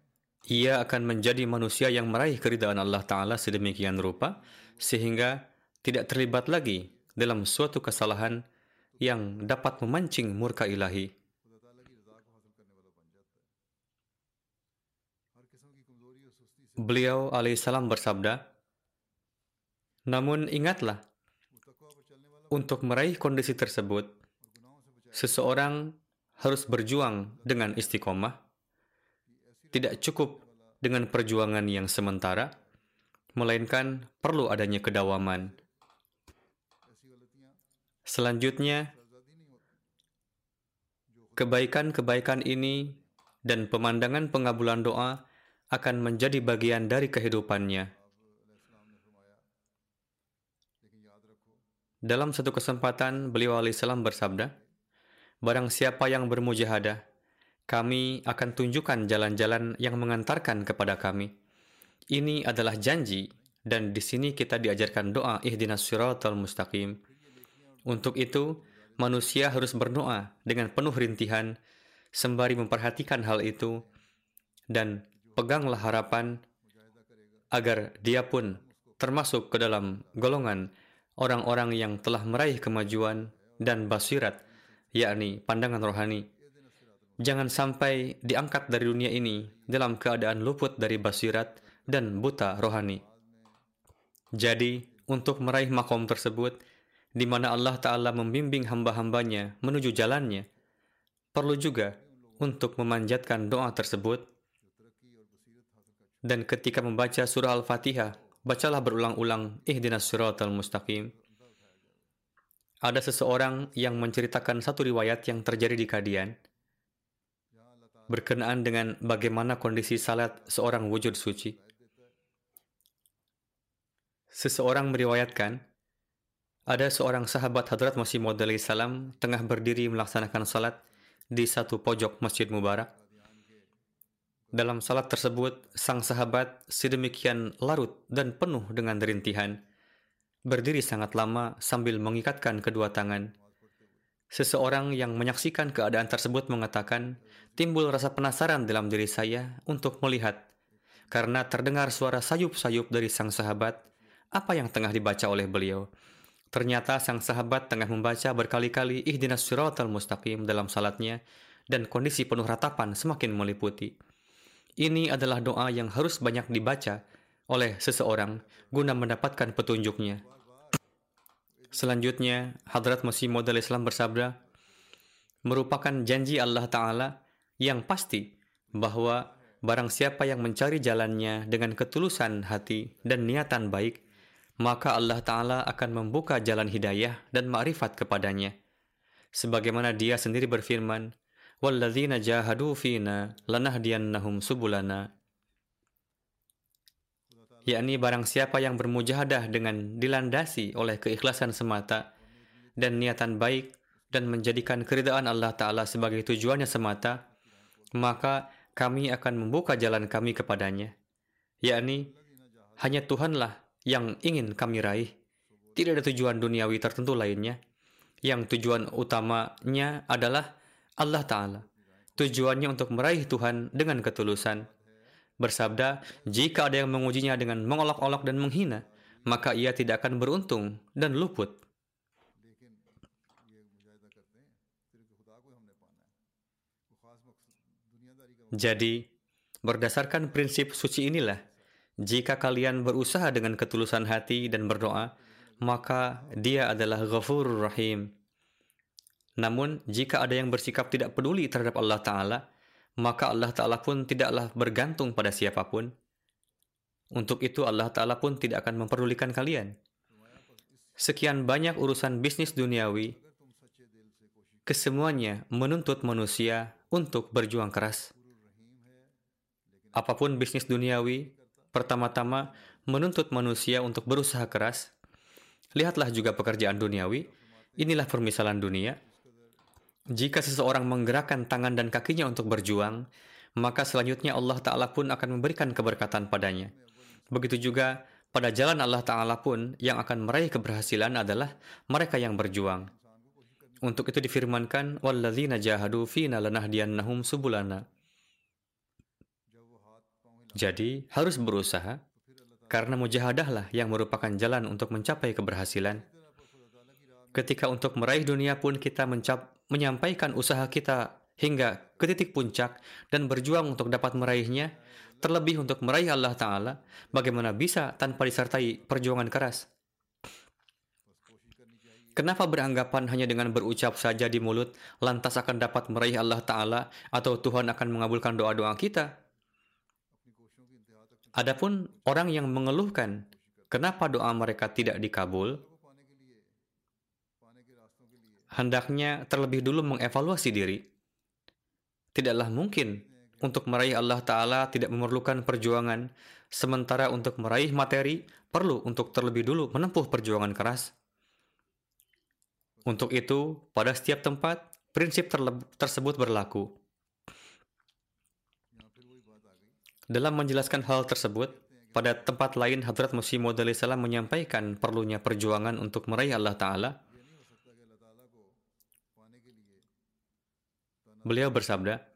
ia akan menjadi manusia yang meraih keridaan Allah Ta'ala sedemikian rupa, sehingga tidak terlibat lagi dalam suatu kesalahan yang dapat memancing murka ilahi. खुदा ताला की रज़ा को हासिल करने वाला बन जाता है। हर किस्म की कमजोरी और सुस्ती से Beliau alaihissalam bersabda, namun ingatlah, वो तकवा पर चलने वाला untuk meraih kondisi tersebut, और गुनाहों से बचाए seseorang harus berjuang dengan istiqomah. Tidak cukup dengan perjuangan yang sementara, melainkan perlu adanya kedawaman. ऐसी गलतियां Selanjutnya, आज़ादी नहीं होती। kebaikan-kebaikan ini dan pemandangan pengabulan doa akan menjadi bagian dari kehidupannya. अलैहिस्सलाम ने फरमाया, लेकिन याद रखो Dalam satu kesempatan, beliau alaihissalam bersabda, barang siapa yang bermujahadah, kami akan tunjukkan jalan-jalan yang mengantarkan kepada kami. Ini adalah janji, dan di sini kita diajarkan doa ihdinas siratal mustaqim. Untuk itu, manusia harus berdoa dengan penuh rintihan, sembari memperhatikan hal itu, dan peganglah harapan agar dia pun termasuk ke dalam golongan orang-orang yang telah meraih kemajuan dan basirat, yakni pandangan rohani. Jangan sampai diangkat dari dunia ini dalam keadaan luput dari basirat dan buta rohani. Jadi, untuk meraih makom tersebut, di mana Allah Ta'ala membimbing hamba-hambanya menuju jalannya, perlu juga untuk memanjatkan doa tersebut. Dan ketika membaca surah Al-Fatihah, bacalah berulang-ulang ihdinas siratal mustaqim. Ada seseorang yang menceritakan satu riwayat yang terjadi di Kadian berkenaan dengan bagaimana kondisi salat seorang wujud suci. Seseorang meriwayatkan, ada seorang sahabat Hadrat Masih Maud alaihissalam tengah berdiri melaksanakan salat di satu pojok Masjid Mubarak. Dalam salat tersebut, sang sahabat sedemikian larut dan penuh dengan rintihan, berdiri sangat lama sambil mengikatkan kedua tangan. Seseorang yang menyaksikan keadaan tersebut mengatakan, timbul rasa penasaran dalam diri saya untuk melihat, karena terdengar suara sayup-sayup dari sang sahabat, apa yang tengah dibaca oleh beliau. Ternyata sang sahabat tengah membaca berkali-kali ihdinas siratal mustaqim dalam salatnya, dan kondisi penuh ratapan semakin meliputi. Ini adalah doa yang harus banyak dibaca oleh seseorang guna mendapatkan petunjuknya. Selanjutnya, Hadrat Masih Maud alaihissalam bersabda, merupakan janji Allah Ta'ala yang pasti bahwa barang siapa yang mencari jalannya dengan ketulusan hati dan niatan baik, maka Allah Ta'ala akan membuka jalan hidayah dan ma'rifat kepadanya. Sebagaimana dia sendiri berfirman, وَالَّذِينَ جَاهَدُوا فِينَا لَنَهْدِيَنَّهُمْ سُبُلَنَا, yakni barang siapa yang bermujahadah dengan dilandasi oleh keikhlasan semata dan niatan baik dan menjadikan keridaan Allah Ta'ala sebagai tujuannya semata, maka kami akan membuka jalan kami kepadanya. Yakni, hanya Tuhanlah yang ingin kami raih. Tidak ada tujuan duniawi tertentu lainnya. Yang tujuan utamanya adalah Allah Ta'ala. Tujuannya untuk meraih Tuhan dengan ketulusan. Bersabda, jika ada yang mengujinya dengan mengolok-olok dan menghina, maka ia tidak akan beruntung dan luput. Jadi, berdasarkan prinsip suci inilah, jika kalian berusaha dengan ketulusan hati dan berdoa, maka dia adalah Ghafurur Rahim. Namun, jika ada yang bersikap tidak peduli terhadap Allah Ta'ala, maka Allah Ta'ala pun tidaklah bergantung pada siapapun. Untuk itu Allah Ta'ala pun tidak akan memperdulikan kalian. Sekian banyak urusan bisnis duniawi, kesemuanya menuntut manusia untuk berjuang keras. Apapun bisnis duniawi, pertama-tama menuntut manusia untuk berusaha keras. Lihatlah juga pekerjaan duniawi, inilah permisalan dunia. Jika seseorang menggerakkan tangan dan kakinya untuk berjuang, maka selanjutnya Allah Ta'ala pun akan memberikan keberkatan padanya. Begitu juga pada jalan Allah Ta'ala pun yang akan meraih keberhasilan adalah mereka yang berjuang. Untuk itu difirmankan, وَالَّذِينَ جَاهَدُوا فِينَا لَنَهْدِيَنَّهُمْ سُبُلَنَا. Jadi, harus berusaha, karena mujahadahlah yang merupakan jalan untuk mencapai keberhasilan. Ketika untuk meraih dunia pun kita menyampaikan usaha kita hingga ke titik puncak dan berjuang untuk dapat meraihnya, terlebih untuk meraih Allah Ta'ala, bagaimana bisa tanpa disertai perjuangan keras? Kenapa beranggapan hanya dengan berucap saja di mulut, lantas akan dapat meraih Allah Ta'ala atau Tuhan akan mengabulkan doa-doa kita? Adapun orang yang mengeluhkan, kenapa doa mereka tidak dikabul, hendaknya terlebih dulu mengevaluasi diri. Tidaklah mungkin untuk meraih Allah Ta'ala tidak memerlukan perjuangan, sementara untuk meraih materi perlu untuk terlebih dulu menempuh perjuangan keras. Untuk itu, pada setiap tempat, prinsip tersebut berlaku. Dalam menjelaskan hal tersebut, pada tempat lain Hadrat Masih Maud salam menyampaikan perlunya perjuangan untuk meraih Allah Ta'ala. Beliau bersabda,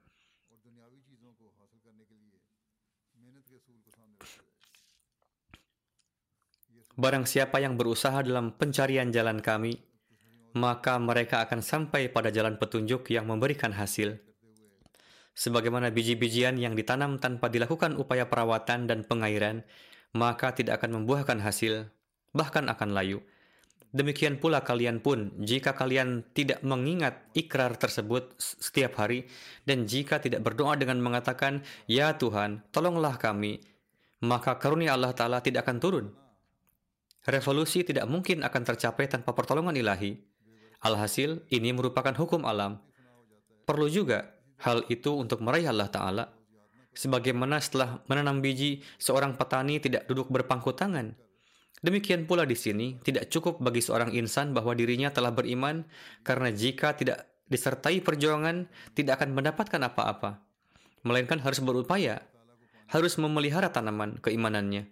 barang siapa yang berusaha dalam pencarian jalan kami, maka mereka akan sampai pada jalan petunjuk yang memberikan hasil. Sebagaimana biji-bijian yang ditanam tanpa dilakukan upaya perawatan dan pengairan, maka tidak akan membuahkan hasil, bahkan akan layu. Demikian pula kalian pun, jika kalian tidak mengingat ikrar tersebut setiap hari, dan jika tidak berdoa dengan mengatakan, "Ya Tuhan, tolonglah kami," maka karunia Allah Ta'ala tidak akan turun. Revolusi tidak mungkin akan tercapai tanpa pertolongan ilahi. Alhasil, ini merupakan hukum alam. Perlu juga hal itu untuk meraih Allah Ta'ala. Sebagaimana setelah menanam biji, seorang petani tidak duduk berpangku tangan. Demikian pula di sini, tidak cukup bagi seorang insan bahwa dirinya telah beriman, karena jika tidak disertai perjuangan, tidak akan mendapatkan apa-apa. Melainkan harus berupaya, harus memelihara tanaman keimanannya.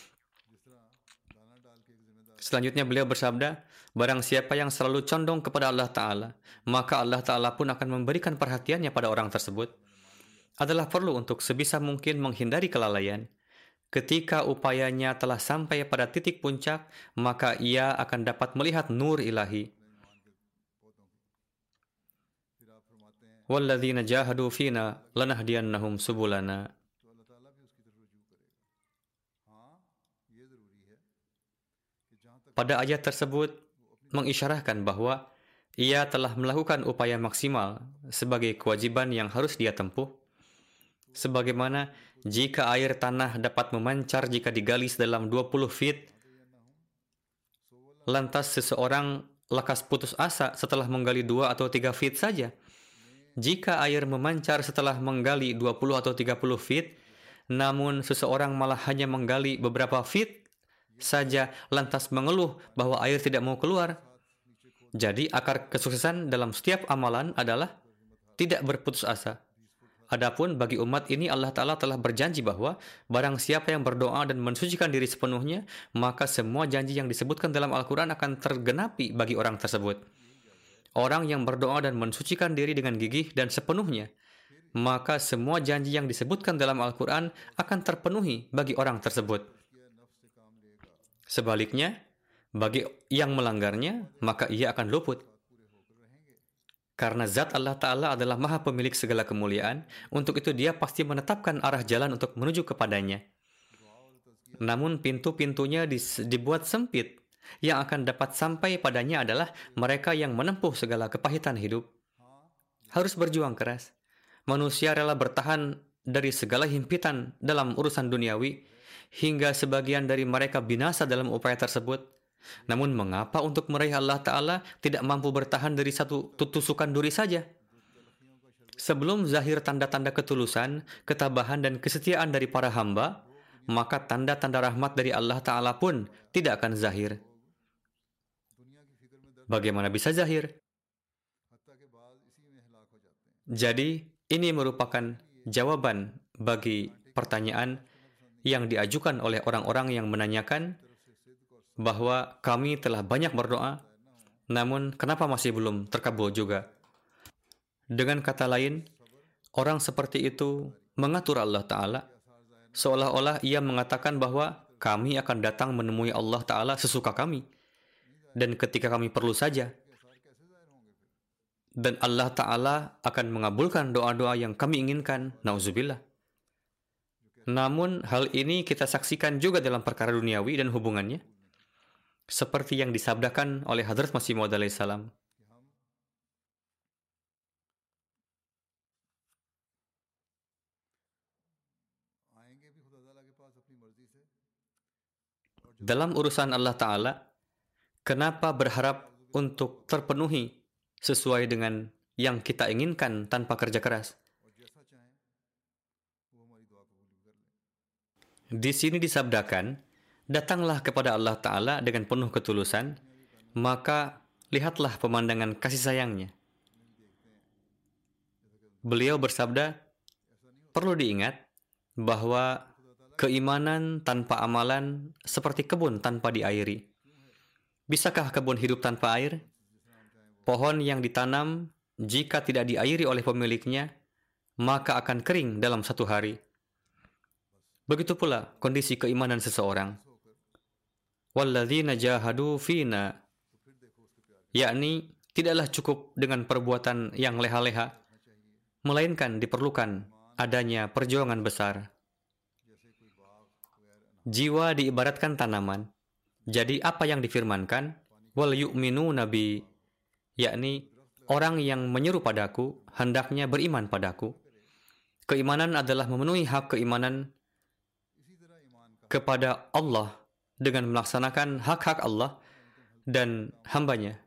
Selanjutnya beliau bersabda, barang siapa yang selalu condong kepada Allah Ta'ala, maka Allah Ta'ala pun akan memberikan perhatiannya pada orang tersebut. Adalah perlu untuk sebisa mungkin menghindari kelalaian. Ketika upayanya telah sampai pada titik puncak, maka ia akan dapat melihat nur ilahi. وَالَّذِينَ جَاهَدُوا فِينَا لَنَهْدِيَنَّهُمْ سُبُلَنَا. Pada ayat tersebut mengisyarahkan bahwa ia telah melakukan upaya maksimal sebagai kewajiban yang harus dia tempuh. Sebagaimana jika air tanah dapat memancar jika digali sedalam 20 feet, lantas seseorang lekas putus asa setelah menggali 2 atau 3 feet saja. Jika air memancar setelah menggali 20 atau 30 feet, namun seseorang malah hanya menggali beberapa feet saja lantas mengeluh bahwa air tidak mau keluar. Jadi akar kesuksesan dalam setiap amalan adalah tidak berputus asa. Adapun bagi umat ini Allah Ta'ala telah berjanji bahwa barang siapa yang berdoa dan mensucikan diri sepenuhnya, maka semua janji yang disebutkan dalam Al-Quran akan tergenapi bagi orang tersebut. Orang yang berdoa dan mensucikan diri dengan gigih dan sepenuhnya, maka semua janji yang disebutkan dalam Al-Quran akan terpenuhi bagi orang tersebut. Sebaliknya, bagi yang melanggarnya, maka ia akan luput. Karena zat Allah Ta'ala adalah maha pemilik segala kemuliaan, untuk itu dia pasti menetapkan arah jalan untuk menuju kepadanya. Namun pintu-pintunya dibuat sempit. Yang akan dapat sampai padanya adalah mereka yang menempuh segala kepahitan hidup. Harus berjuang keras. Manusia rela bertahan dari segala himpitan dalam urusan duniawi, hingga sebagian dari mereka binasa dalam upaya tersebut. Namun mengapa untuk meraih Allah Ta'ala tidak mampu bertahan dari satu tusukan duri saja? Sebelum zahir tanda-tanda ketulusan, ketabahan dan kesetiaan dari para hamba, maka tanda-tanda rahmat dari Allah Ta'ala pun tidak akan zahir. Bagaimana bisa zahir? Jadi, ini merupakan jawaban bagi pertanyaan yang diajukan oleh orang-orang yang menanyakan bahwa kami telah banyak berdoa, namun kenapa masih belum terkabul juga? Dengan kata lain, orang seperti itu mengatur Allah Ta'ala. seolah-olah ia mengatakan bahwa kami akan datang menemui Allah Ta'ala sesuka kami, dan ketika kami perlu saja, dan Allah Ta'ala akan mengabulkan doa-doa yang kami inginkan. Nauzubillah. Namun, hal ini kita saksikan juga dalam perkara duniawi dan hubungannya, seperti yang disabdakan oleh Hadrat Masih Maud alaihissalam. Dalam urusan Allah Ta'ala, kenapa berharap untuk terpenuhi sesuai dengan yang kita inginkan tanpa kerja keras? Di sini disabdakan, datanglah kepada Allah Ta'ala dengan penuh ketulusan, maka lihatlah pemandangan kasih sayangnya. Beliau bersabda, perlu diingat bahwa keimanan tanpa amalan seperti kebun tanpa diairi. Bisakah kebun hidup tanpa air? Pohon yang ditanam, jika tidak diairi oleh pemiliknya, maka akan kering dalam 1 hari. Begitu pula kondisi keimanan seseorang. Walladzina jahadu fina, yakni tidaklah cukup dengan perbuatan yang leha-leha, melainkan diperlukan adanya perjuangan besar. Jiwa diibaratkan tanaman. Jadi apa yang difirmankan? Wal yu'minu nabi, yakni orang yang menyeru padaku hendaknya beriman padaku. Keimanan adalah memenuhi hak keimanan kepada Allah dengan melaksanakan hak-hak Allah dan hambanya.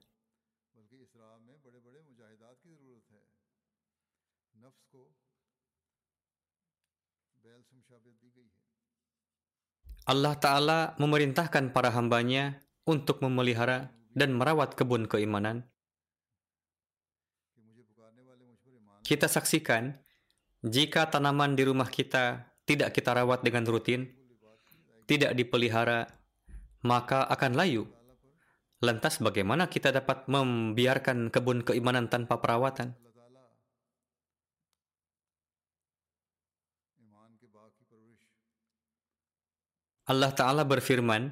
Allah Ta'ala memerintahkan para hambanya untuk memelihara dan merawat kebun keimanan. Kita saksikan, jika tanaman di rumah kita tidak kita rawat dengan rutin, tidak dipelihara, maka akan layu. Lantas bagaimana kita dapat membiarkan kebun keimanan tanpa perawatan? Allah Ta'ala berfirman,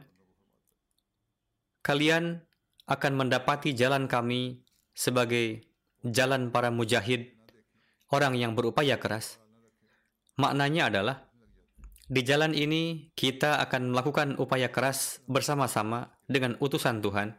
kalian akan mendapati jalan kami sebagai jalan para mujahid, orang yang berupaya keras. Maknanya adalah, di jalan ini kita akan melakukan upaya keras bersama-sama dengan utusan Tuhan.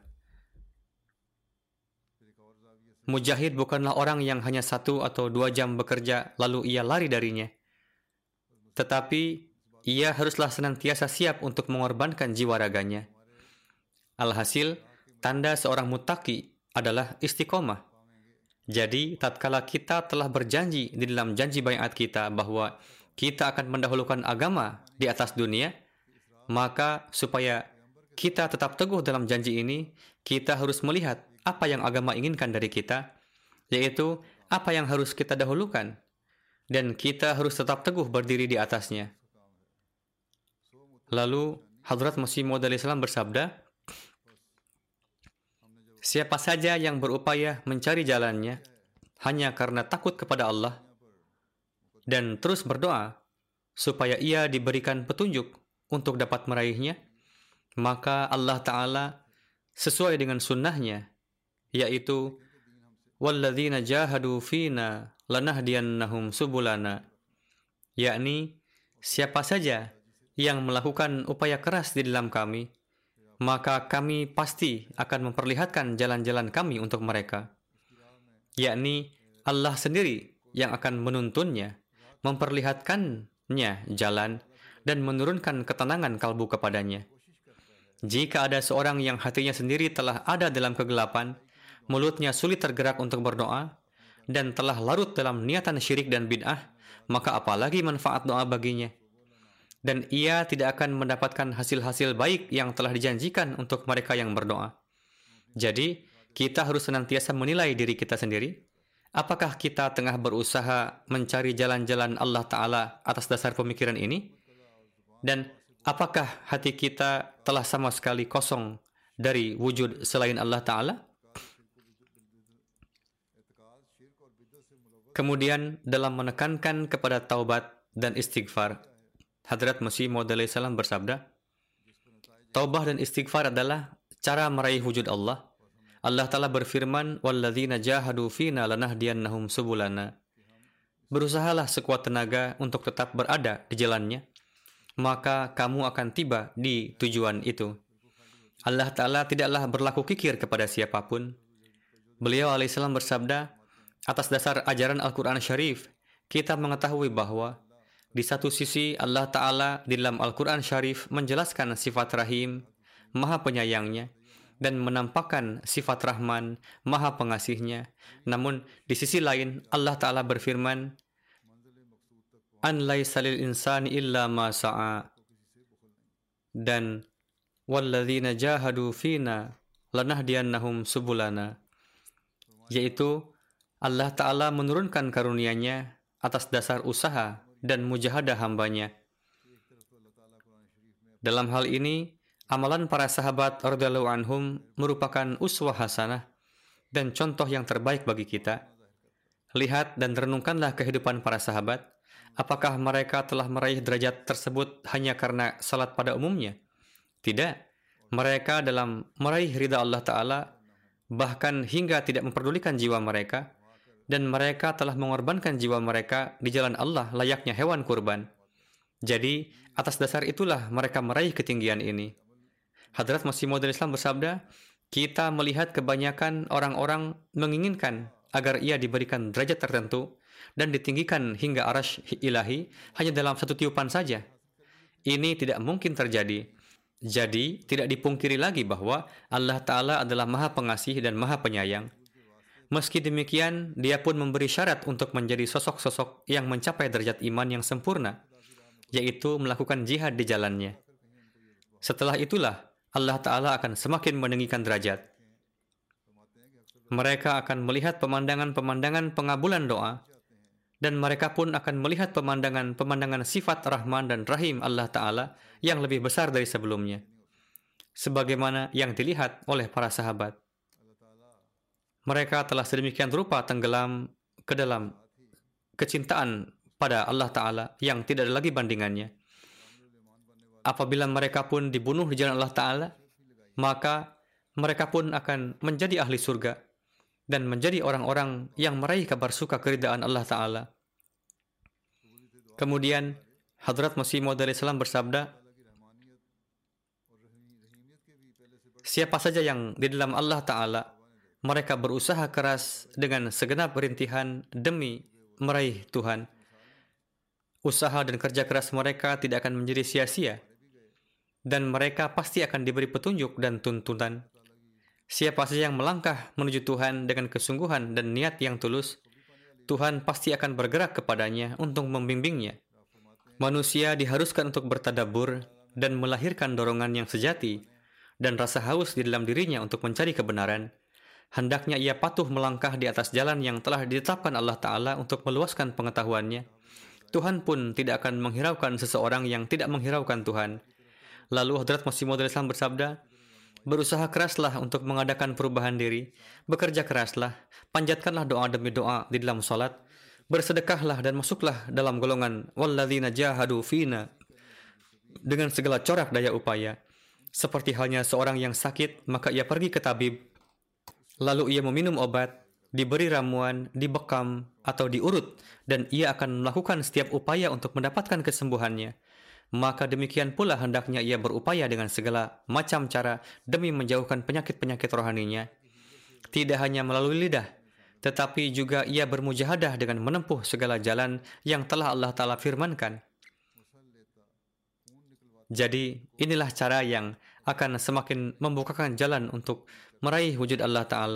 Mujahid bukanlah orang yang hanya 1 atau 2 jam bekerja lalu ia lari darinya. Tetapi ia haruslah senantiasa siap untuk mengorbankan jiwa raganya. Alhasil, tanda seorang muttaqi adalah istiqomah. Jadi, tatkala kita telah berjanji di dalam janji baiat kita bahwa kita akan mendahulukan agama di atas dunia, maka supaya kita tetap teguh dalam janji ini, kita harus melihat apa yang agama inginkan dari kita, yaitu apa yang harus kita dahulukan, dan kita harus tetap teguh berdiri di atasnya. Lalu Hadrat Masih Maud alaihissalam bersabda, siapa saja yang berupaya mencari jalannya hanya karena takut kepada Allah dan terus berdoa supaya ia diberikan petunjuk untuk dapat meraihnya, maka Allah Ta'ala sesuai dengan sunnahnya, yaitu walladzina jahadu fina lanahdiyannahum subulana, yakni siapa saja yang melakukan upaya keras di dalam kami, maka kami pasti akan memperlihatkan jalan-jalan kami untuk mereka. Yakni Allah sendiri yang akan menuntunnya, memperlihatkannya jalan, dan menurunkan ketenangan kalbu kepadanya. Jika ada seorang yang hatinya sendiri telah ada dalam kegelapan, mulutnya sulit tergerak untuk berdoa, dan telah larut dalam niatan syirik dan bid'ah, maka apalagi manfaat doa baginya? Dan ia tidak akan mendapatkan hasil-hasil baik yang telah dijanjikan untuk mereka yang berdoa. Jadi, kita harus senantiasa menilai diri kita sendiri. Apakah kita tengah berusaha mencari jalan-jalan Allah Ta'ala atas dasar pemikiran ini? Dan apakah hati kita telah sama sekali kosong dari wujud selain Allah Ta'ala? Kemudian, dalam menekankan kepada taubat dan istighfar, Hadrat Masih Maud salam bersabda, taubah dan istighfar adalah cara meraih wujud Allah. Allah Ta'ala berfirman, وَالَّذِينَ جَاهَدُوا فِينَا لَنَهْدِيَنَّهُمْ سُبُلَنَا. Berusahalah sekuat tenaga untuk tetap berada di jalannya, maka kamu akan tiba di tujuan itu. Allah Ta'ala tidaklah berlaku kikir kepada siapapun. Beliau alaihissalam bersabda, atas dasar ajaran Al-Quran Syarif, kita mengetahui bahwa di satu sisi Allah Ta'ala di dalam Al-Quran Syarif menjelaskan sifat Rahim, Maha Penyayangnya, dan menampakkan sifat Rahman, Maha Pengasihnya. Namun di sisi lain Allah Ta'ala berfirman, an laisa lil insani illa ma sa'a, dan walladzina jahadu fina lanahdiyannahum subulana, yaitu Allah Ta'ala menurunkan karunia-Nya atas dasar usaha dan mujahadah hambanya. Dalam hal ini, amalan para sahabat radhiyallahu anhum merupakan uswah hasanah dan contoh yang terbaik bagi kita. Lihat dan renungkanlah kehidupan para sahabat. Apakah mereka telah meraih derajat tersebut hanya karena salat pada umumnya? Tidak. Mereka dalam meraih ridha Allah Ta'ala bahkan hingga tidak memperdulikan jiwa mereka, dan mereka telah mengorbankan jiwa mereka di jalan Allah layaknya hewan kurban. Jadi, atas dasar itulah mereka meraih ketinggian ini. Hadrat Masih Maud Islam bersabda, kita melihat kebanyakan orang-orang menginginkan agar ia diberikan derajat tertentu dan ditinggikan hingga arasy ilahi hanya dalam satu tiupan saja. Ini tidak mungkin terjadi. Jadi, tidak dipungkiri lagi bahwa Allah Ta'ala adalah Maha Pengasih dan Maha Penyayang. Meski demikian, Dia pun memberi syarat untuk menjadi sosok-sosok yang mencapai derajat iman yang sempurna, yaitu melakukan jihad di jalannya. Setelah itulah, Allah Ta'ala akan semakin meninggikan derajat. Mereka akan melihat pemandangan-pemandangan pengabulan doa, dan mereka pun akan melihat pemandangan-pemandangan sifat Rahman dan Rahim Allah Ta'ala yang lebih besar dari sebelumnya, sebagaimana yang dilihat oleh para sahabat. Mereka telah sedemikian rupa tenggelam ke dalam kecintaan pada Allah Ta'ala yang tidak ada lagi bandingannya. Apabila mereka pun dibunuh di jalan Allah Ta'ala, maka mereka pun akan menjadi ahli surga dan menjadi orang-orang yang meraih kabar suka keridaan Allah Ta'ala. Kemudian Hadrat Masih Maud salam bersabda, siapa saja yang di dalam Allah Ta'ala mereka berusaha keras dengan segenap rintihan demi meraih Tuhan, usaha dan kerja keras mereka tidak akan menjadi sia-sia, dan mereka pasti akan diberi petunjuk dan tuntunan. Siapa saja yang melangkah menuju Tuhan dengan kesungguhan dan niat yang tulus, Tuhan pasti akan bergerak kepadanya untuk membimbingnya. Manusia diharuskan untuk bertadabbur dan melahirkan dorongan yang sejati dan rasa haus di dalam dirinya untuk mencari kebenaran. Hendaknya ia patuh melangkah di atas jalan yang telah ditetapkan Allah Ta'ala untuk meluaskan pengetahuannya. Tuhan pun tidak akan menghiraukan seseorang yang tidak menghiraukan Tuhan. Lalu Hadrat Masih Maud Islam bersabda, berusaha keraslah untuk mengadakan perubahan diri, bekerja keraslah, panjatkanlah doa demi doa di dalam salat, bersedekahlah dan masuklah dalam golongan walladzina jahadu fina dengan segala corak daya upaya. Seperti halnya seorang yang sakit, maka ia pergi ke tabib, lalu ia meminum obat, diberi ramuan, dibekam, atau diurut, dan ia akan melakukan setiap upaya untuk mendapatkan kesembuhannya. Maka demikian pula hendaknya ia berupaya dengan segala macam cara demi menjauhkan penyakit-penyakit rohaninya. Tidak hanya melalui lidah, tetapi juga ia bermujahadah dengan menempuh segala jalan yang telah Allah Ta'ala firmankan. Jadi, inilah cara yang akan semakin membukakan jalan untuk meraih wujud Allah Ta'ala.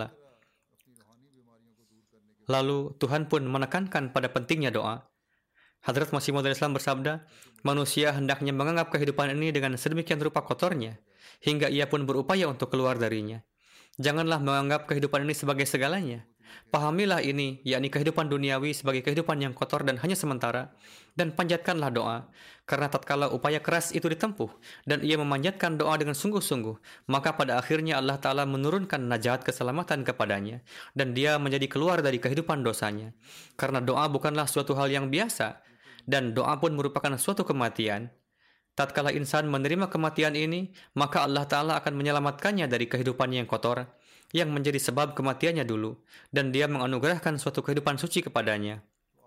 Lalu, Tuhan pun menekankan pada pentingnya doa. Hadrat Masih Maud Islam bersabda, manusia hendaknya menganggap kehidupan ini dengan sedemikian rupa kotornya, hingga ia pun berupaya untuk keluar darinya. Janganlah menganggap kehidupan ini sebagai segalanya. Pahamilah ini, yakni kehidupan duniawi sebagai kehidupan yang kotor dan hanya sementara, dan panjatkanlah doa, karena tatkala upaya keras itu ditempuh, dan ia memanjatkan doa dengan sungguh-sungguh, maka pada akhirnya Allah Ta'ala menurunkan najat keselamatan kepadanya, dan dia menjadi keluar dari kehidupan dosanya. Karena doa bukanlah suatu hal yang biasa, dan doa pun merupakan suatu kematian. Tatkala insan menerima kematian ini, maka Allah Ta'ala akan menyelamatkannya dari kehidupan yang kotor, yang menjadi sebab kematiannya dulu, dan dia menganugerahkan suatu kehidupan suci kepadanya.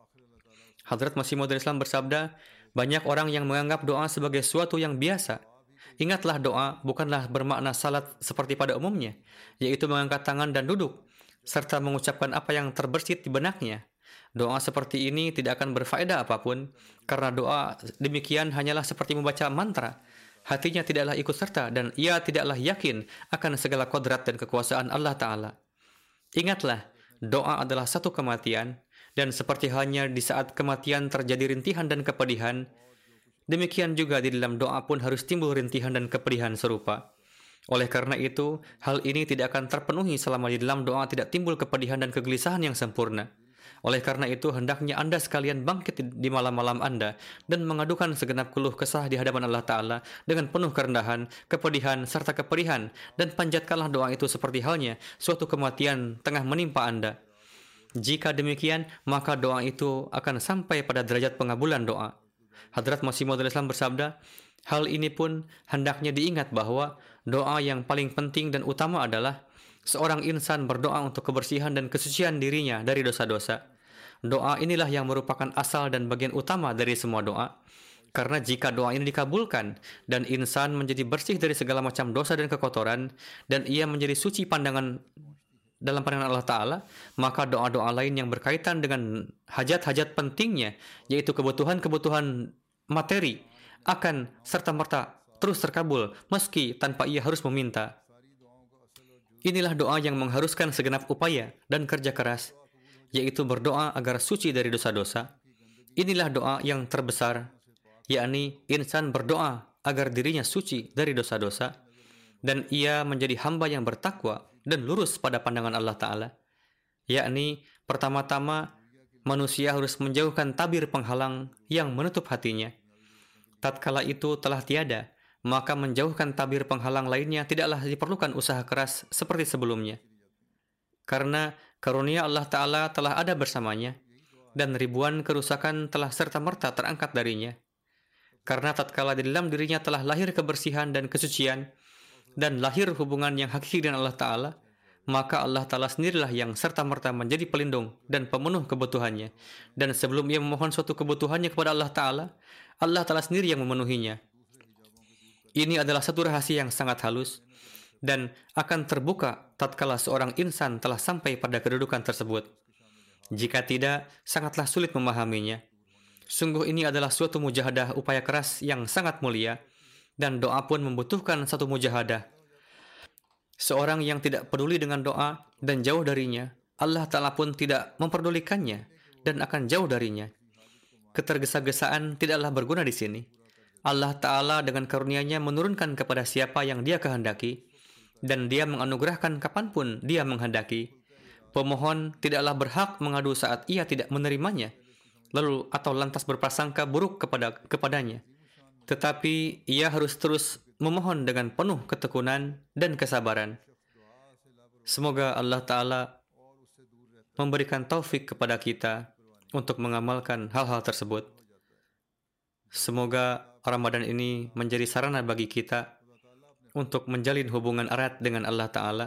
Hadrat Masih Maud Islam bersabda, banyak orang yang menganggap doa sebagai suatu yang biasa. Ingatlah, doa bukanlah bermakna salat seperti pada umumnya, yaitu mengangkat tangan dan duduk, serta mengucapkan apa yang terbersit di benaknya. Doa seperti ini tidak akan berfaedah apapun, karena doa demikian hanyalah seperti membaca mantra. Hatinya tidaklah ikut serta dan ia tidaklah yakin akan segala kodrat dan kekuasaan Allah Ta'ala. Ingatlah, doa adalah satu kematian, dan seperti halnya di saat kematian terjadi rintihan dan kepedihan, demikian juga di dalam doa pun harus timbul rintihan dan kepedihan serupa. Oleh karena itu, hal ini tidak akan terpenuhi selama di dalam doa tidak timbul kepedihan dan kegelisahan yang sempurna. Oleh karena itu, hendaknya Anda sekalian bangkit di malam-malam Anda dan mengadukan segenap keluh kesah di hadapan Allah Ta'ala dengan penuh kerendahan, kepedihan, serta keperihan, dan panjatkanlah doa itu seperti halnya suatu kematian tengah menimpa Anda. Jika demikian, maka doa itu akan sampai pada derajat pengabulan doa. Hadrat Masih Maud Islam bersabda, hal ini pun hendaknya diingat bahwa doa yang paling penting dan utama adalah seorang insan berdoa untuk kebersihan dan kesucian dirinya dari dosa-dosa. Doa inilah yang merupakan asal dan bagian utama dari semua doa. Karena jika doa ini dikabulkan dan insan menjadi bersih dari segala macam dosa dan kekotoran, dan ia menjadi suci dalam pandangan Allah Ta'ala, maka doa-doa lain yang berkaitan dengan hajat-hajat pentingnya, yaitu kebutuhan-kebutuhan materi, akan serta-merta terus terkabul meski tanpa ia harus meminta. Inilah doa yang mengharuskan segenap upaya dan kerja keras, yaitu berdoa agar suci dari dosa-dosa. Inilah doa yang terbesar, yakni insan berdoa agar dirinya suci dari dosa-dosa, dan ia menjadi hamba yang bertakwa dan lurus pada pandangan Allah Ta'ala. Yakni, pertama-tama, manusia harus menjauhkan tabir penghalang yang menutup hatinya. Tatkala itu telah tiada, maka menjauhkan tabir penghalang lainnya tidaklah diperlukan usaha keras seperti sebelumnya. Karena karunia Allah Ta'ala telah ada bersamanya, dan ribuan kerusakan telah serta-merta terangkat darinya. Karena tatkala di dalam dirinya telah lahir kebersihan dan kesucian, dan lahir hubungan yang hakiki dengan Allah Ta'ala, maka Allah Ta'ala sendirilah yang serta-merta menjadi pelindung dan pemenuh kebutuhannya. Dan sebelum ia memohon suatu kebutuhannya kepada Allah Ta'ala, Allah Ta'ala sendiri yang memenuhinya. Ini adalah satu rahasia yang sangat halus, dan akan terbuka tatkala seorang insan telah sampai pada kedudukan tersebut. Jika tidak, sangatlah sulit memahaminya. Sungguh ini adalah suatu mujahadah upaya keras yang sangat mulia, dan doa pun membutuhkan satu mujahadah. Seorang yang tidak peduli dengan doa dan jauh darinya, Allah Ta'ala pun tidak memperdulikannya dan akan jauh darinya. Ketergesa-gesaan tidaklah berguna di sini. Allah Ta'ala dengan karunia-Nya menurunkan kepada siapa yang Dia kehendaki, dan Dia menganugerahkan kapanpun Dia menghendaki. Pemohon tidaklah berhak mengadu saat ia tidak menerimanya, lalu atau lantas berprasangka buruk kepadanya. Tetapi ia harus terus memohon dengan penuh ketekunan dan kesabaran. Semoga Allah Ta'ala memberikan taufik kepada kita untuk mengamalkan hal-hal tersebut. Semoga Ramadan ini menjadi sarana bagi kita untuk menjalin hubungan erat dengan Allah Ta'ala,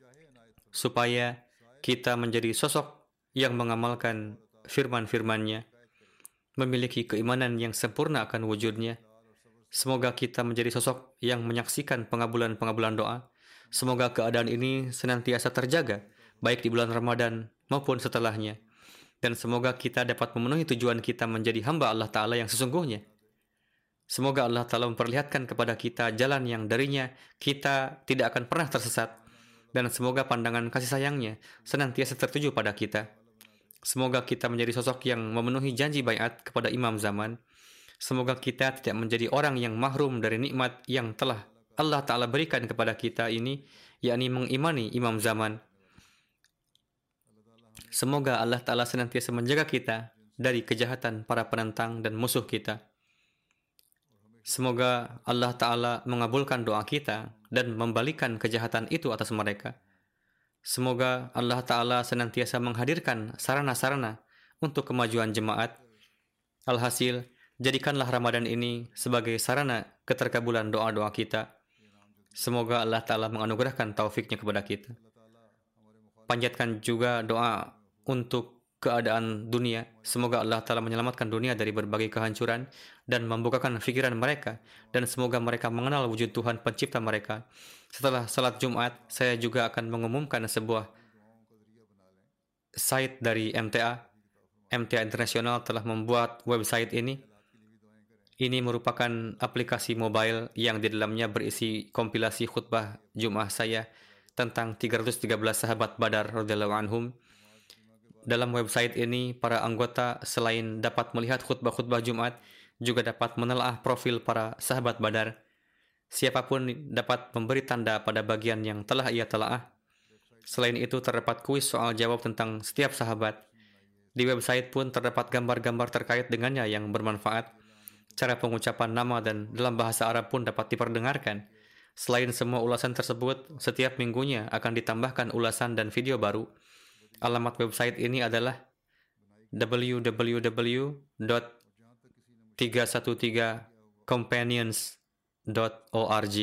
supaya kita menjadi sosok yang mengamalkan firman-firman-Nya, memiliki keimanan yang sempurna akan wujudnya. Semoga kita menjadi sosok yang menyaksikan pengabulan-pengabulan doa. Semoga keadaan ini senantiasa terjaga, baik di bulan Ramadan maupun setelahnya. Dan semoga kita dapat memenuhi tujuan kita menjadi hamba Allah Ta'ala yang sesungguhnya. Semoga Allah Ta'ala memperlihatkan kepada kita jalan yang darinya kita tidak akan pernah tersesat. Dan semoga pandangan kasih sayangnya senantiasa tertuju pada kita. Semoga kita menjadi sosok yang memenuhi janji baiat kepada imam zaman. Semoga kita tidak menjadi orang yang mahrum dari nikmat yang telah Allah Ta'ala berikan kepada kita ini, yakni mengimani imam zaman. Semoga Allah Ta'ala senantiasa menjaga kita dari kejahatan para penentang dan musuh kita. Semoga Allah Ta'ala mengabulkan doa kita dan membalikan kejahatan itu atas mereka. Semoga Allah Ta'ala senantiasa menghadirkan sarana-sarana untuk kemajuan jemaat, Alhasil, jadikanlah Ramadan ini sebagai sarana keterkabulan doa-doa kita. Semoga Allah Ta'ala menganugerahkan taufiknya kepada kita. Panjatkan juga doa untuk keadaan dunia. Semoga Allah Ta'ala menyelamatkan dunia dari berbagai kehancuran dan membukakan fikiran mereka. Dan semoga mereka mengenal wujud Tuhan pencipta mereka. Setelah salat Jumat, saya juga akan mengumumkan sebuah site dari MTA. MTA Internasional telah membuat website ini. Ini merupakan aplikasi mobile yang di dalamnya berisi kompilasi khutbah Jum'ah saya tentang 313 sahabat Badar radhiyallahu anhum. Dalam website ini, para anggota selain dapat melihat khutbah-khutbah Jumat, juga dapat menelaah profil para sahabat Badar. Siapapun dapat memberi tanda pada bagian yang telah ia telaah. Selain itu, terdapat kuis soal jawab tentang setiap sahabat. Di website pun terdapat gambar-gambar terkait dengannya yang bermanfaat. Cara pengucapan nama dan dalam bahasa Arab pun dapat diperdengarkan. Selain semua ulasan tersebut, setiap minggunya akan ditambahkan ulasan dan video baru. Alamat website ini adalah www.313companions.org.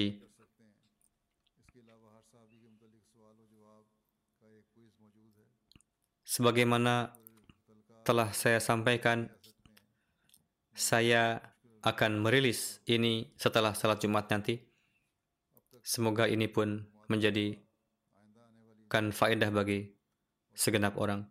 Sebagaimana telah saya sampaikan, saya akan merilis ini setelah salat Jumat nanti. Semoga ini pun menjadikan faedah bagi segenap orang.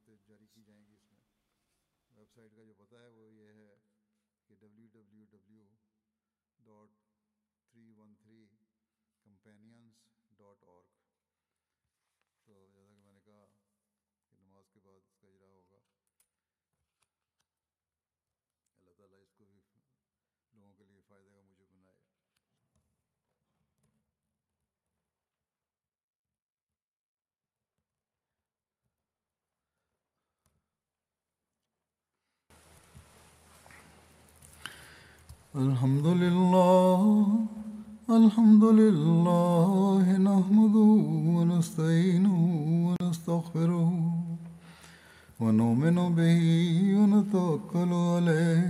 الحمد لله نحمده ونستعينه ونستغفره ونؤمن به ونتوكل عليه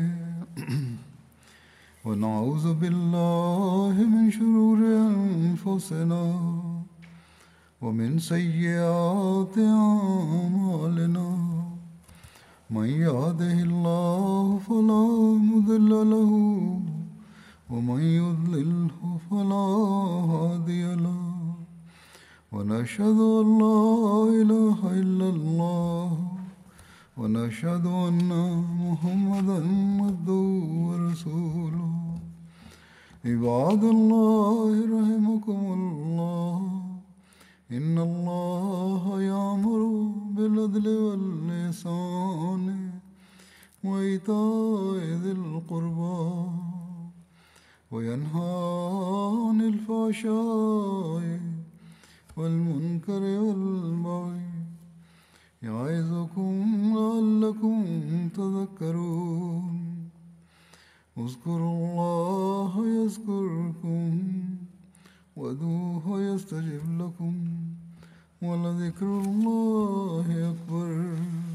ونعوذ بالله من شرور أنفسنا ومن سيئات أعمالنا من يهده الله فلا مضل له ومن يضلله فلا هادي له ونشهد أن لا إله إلا الله ونشهد أن محمدا عبده ورسوله عباد الله رحمكم الله إن الله يأمر بالعدل والإحسان وإيتاء ذي القربى وينهى عن الفحشاء والمنكر والبغي يعظكم لعلكم تذكرون اذكروا الله يذكركم وادعوه يستجب لكم ولذكر الله أكبر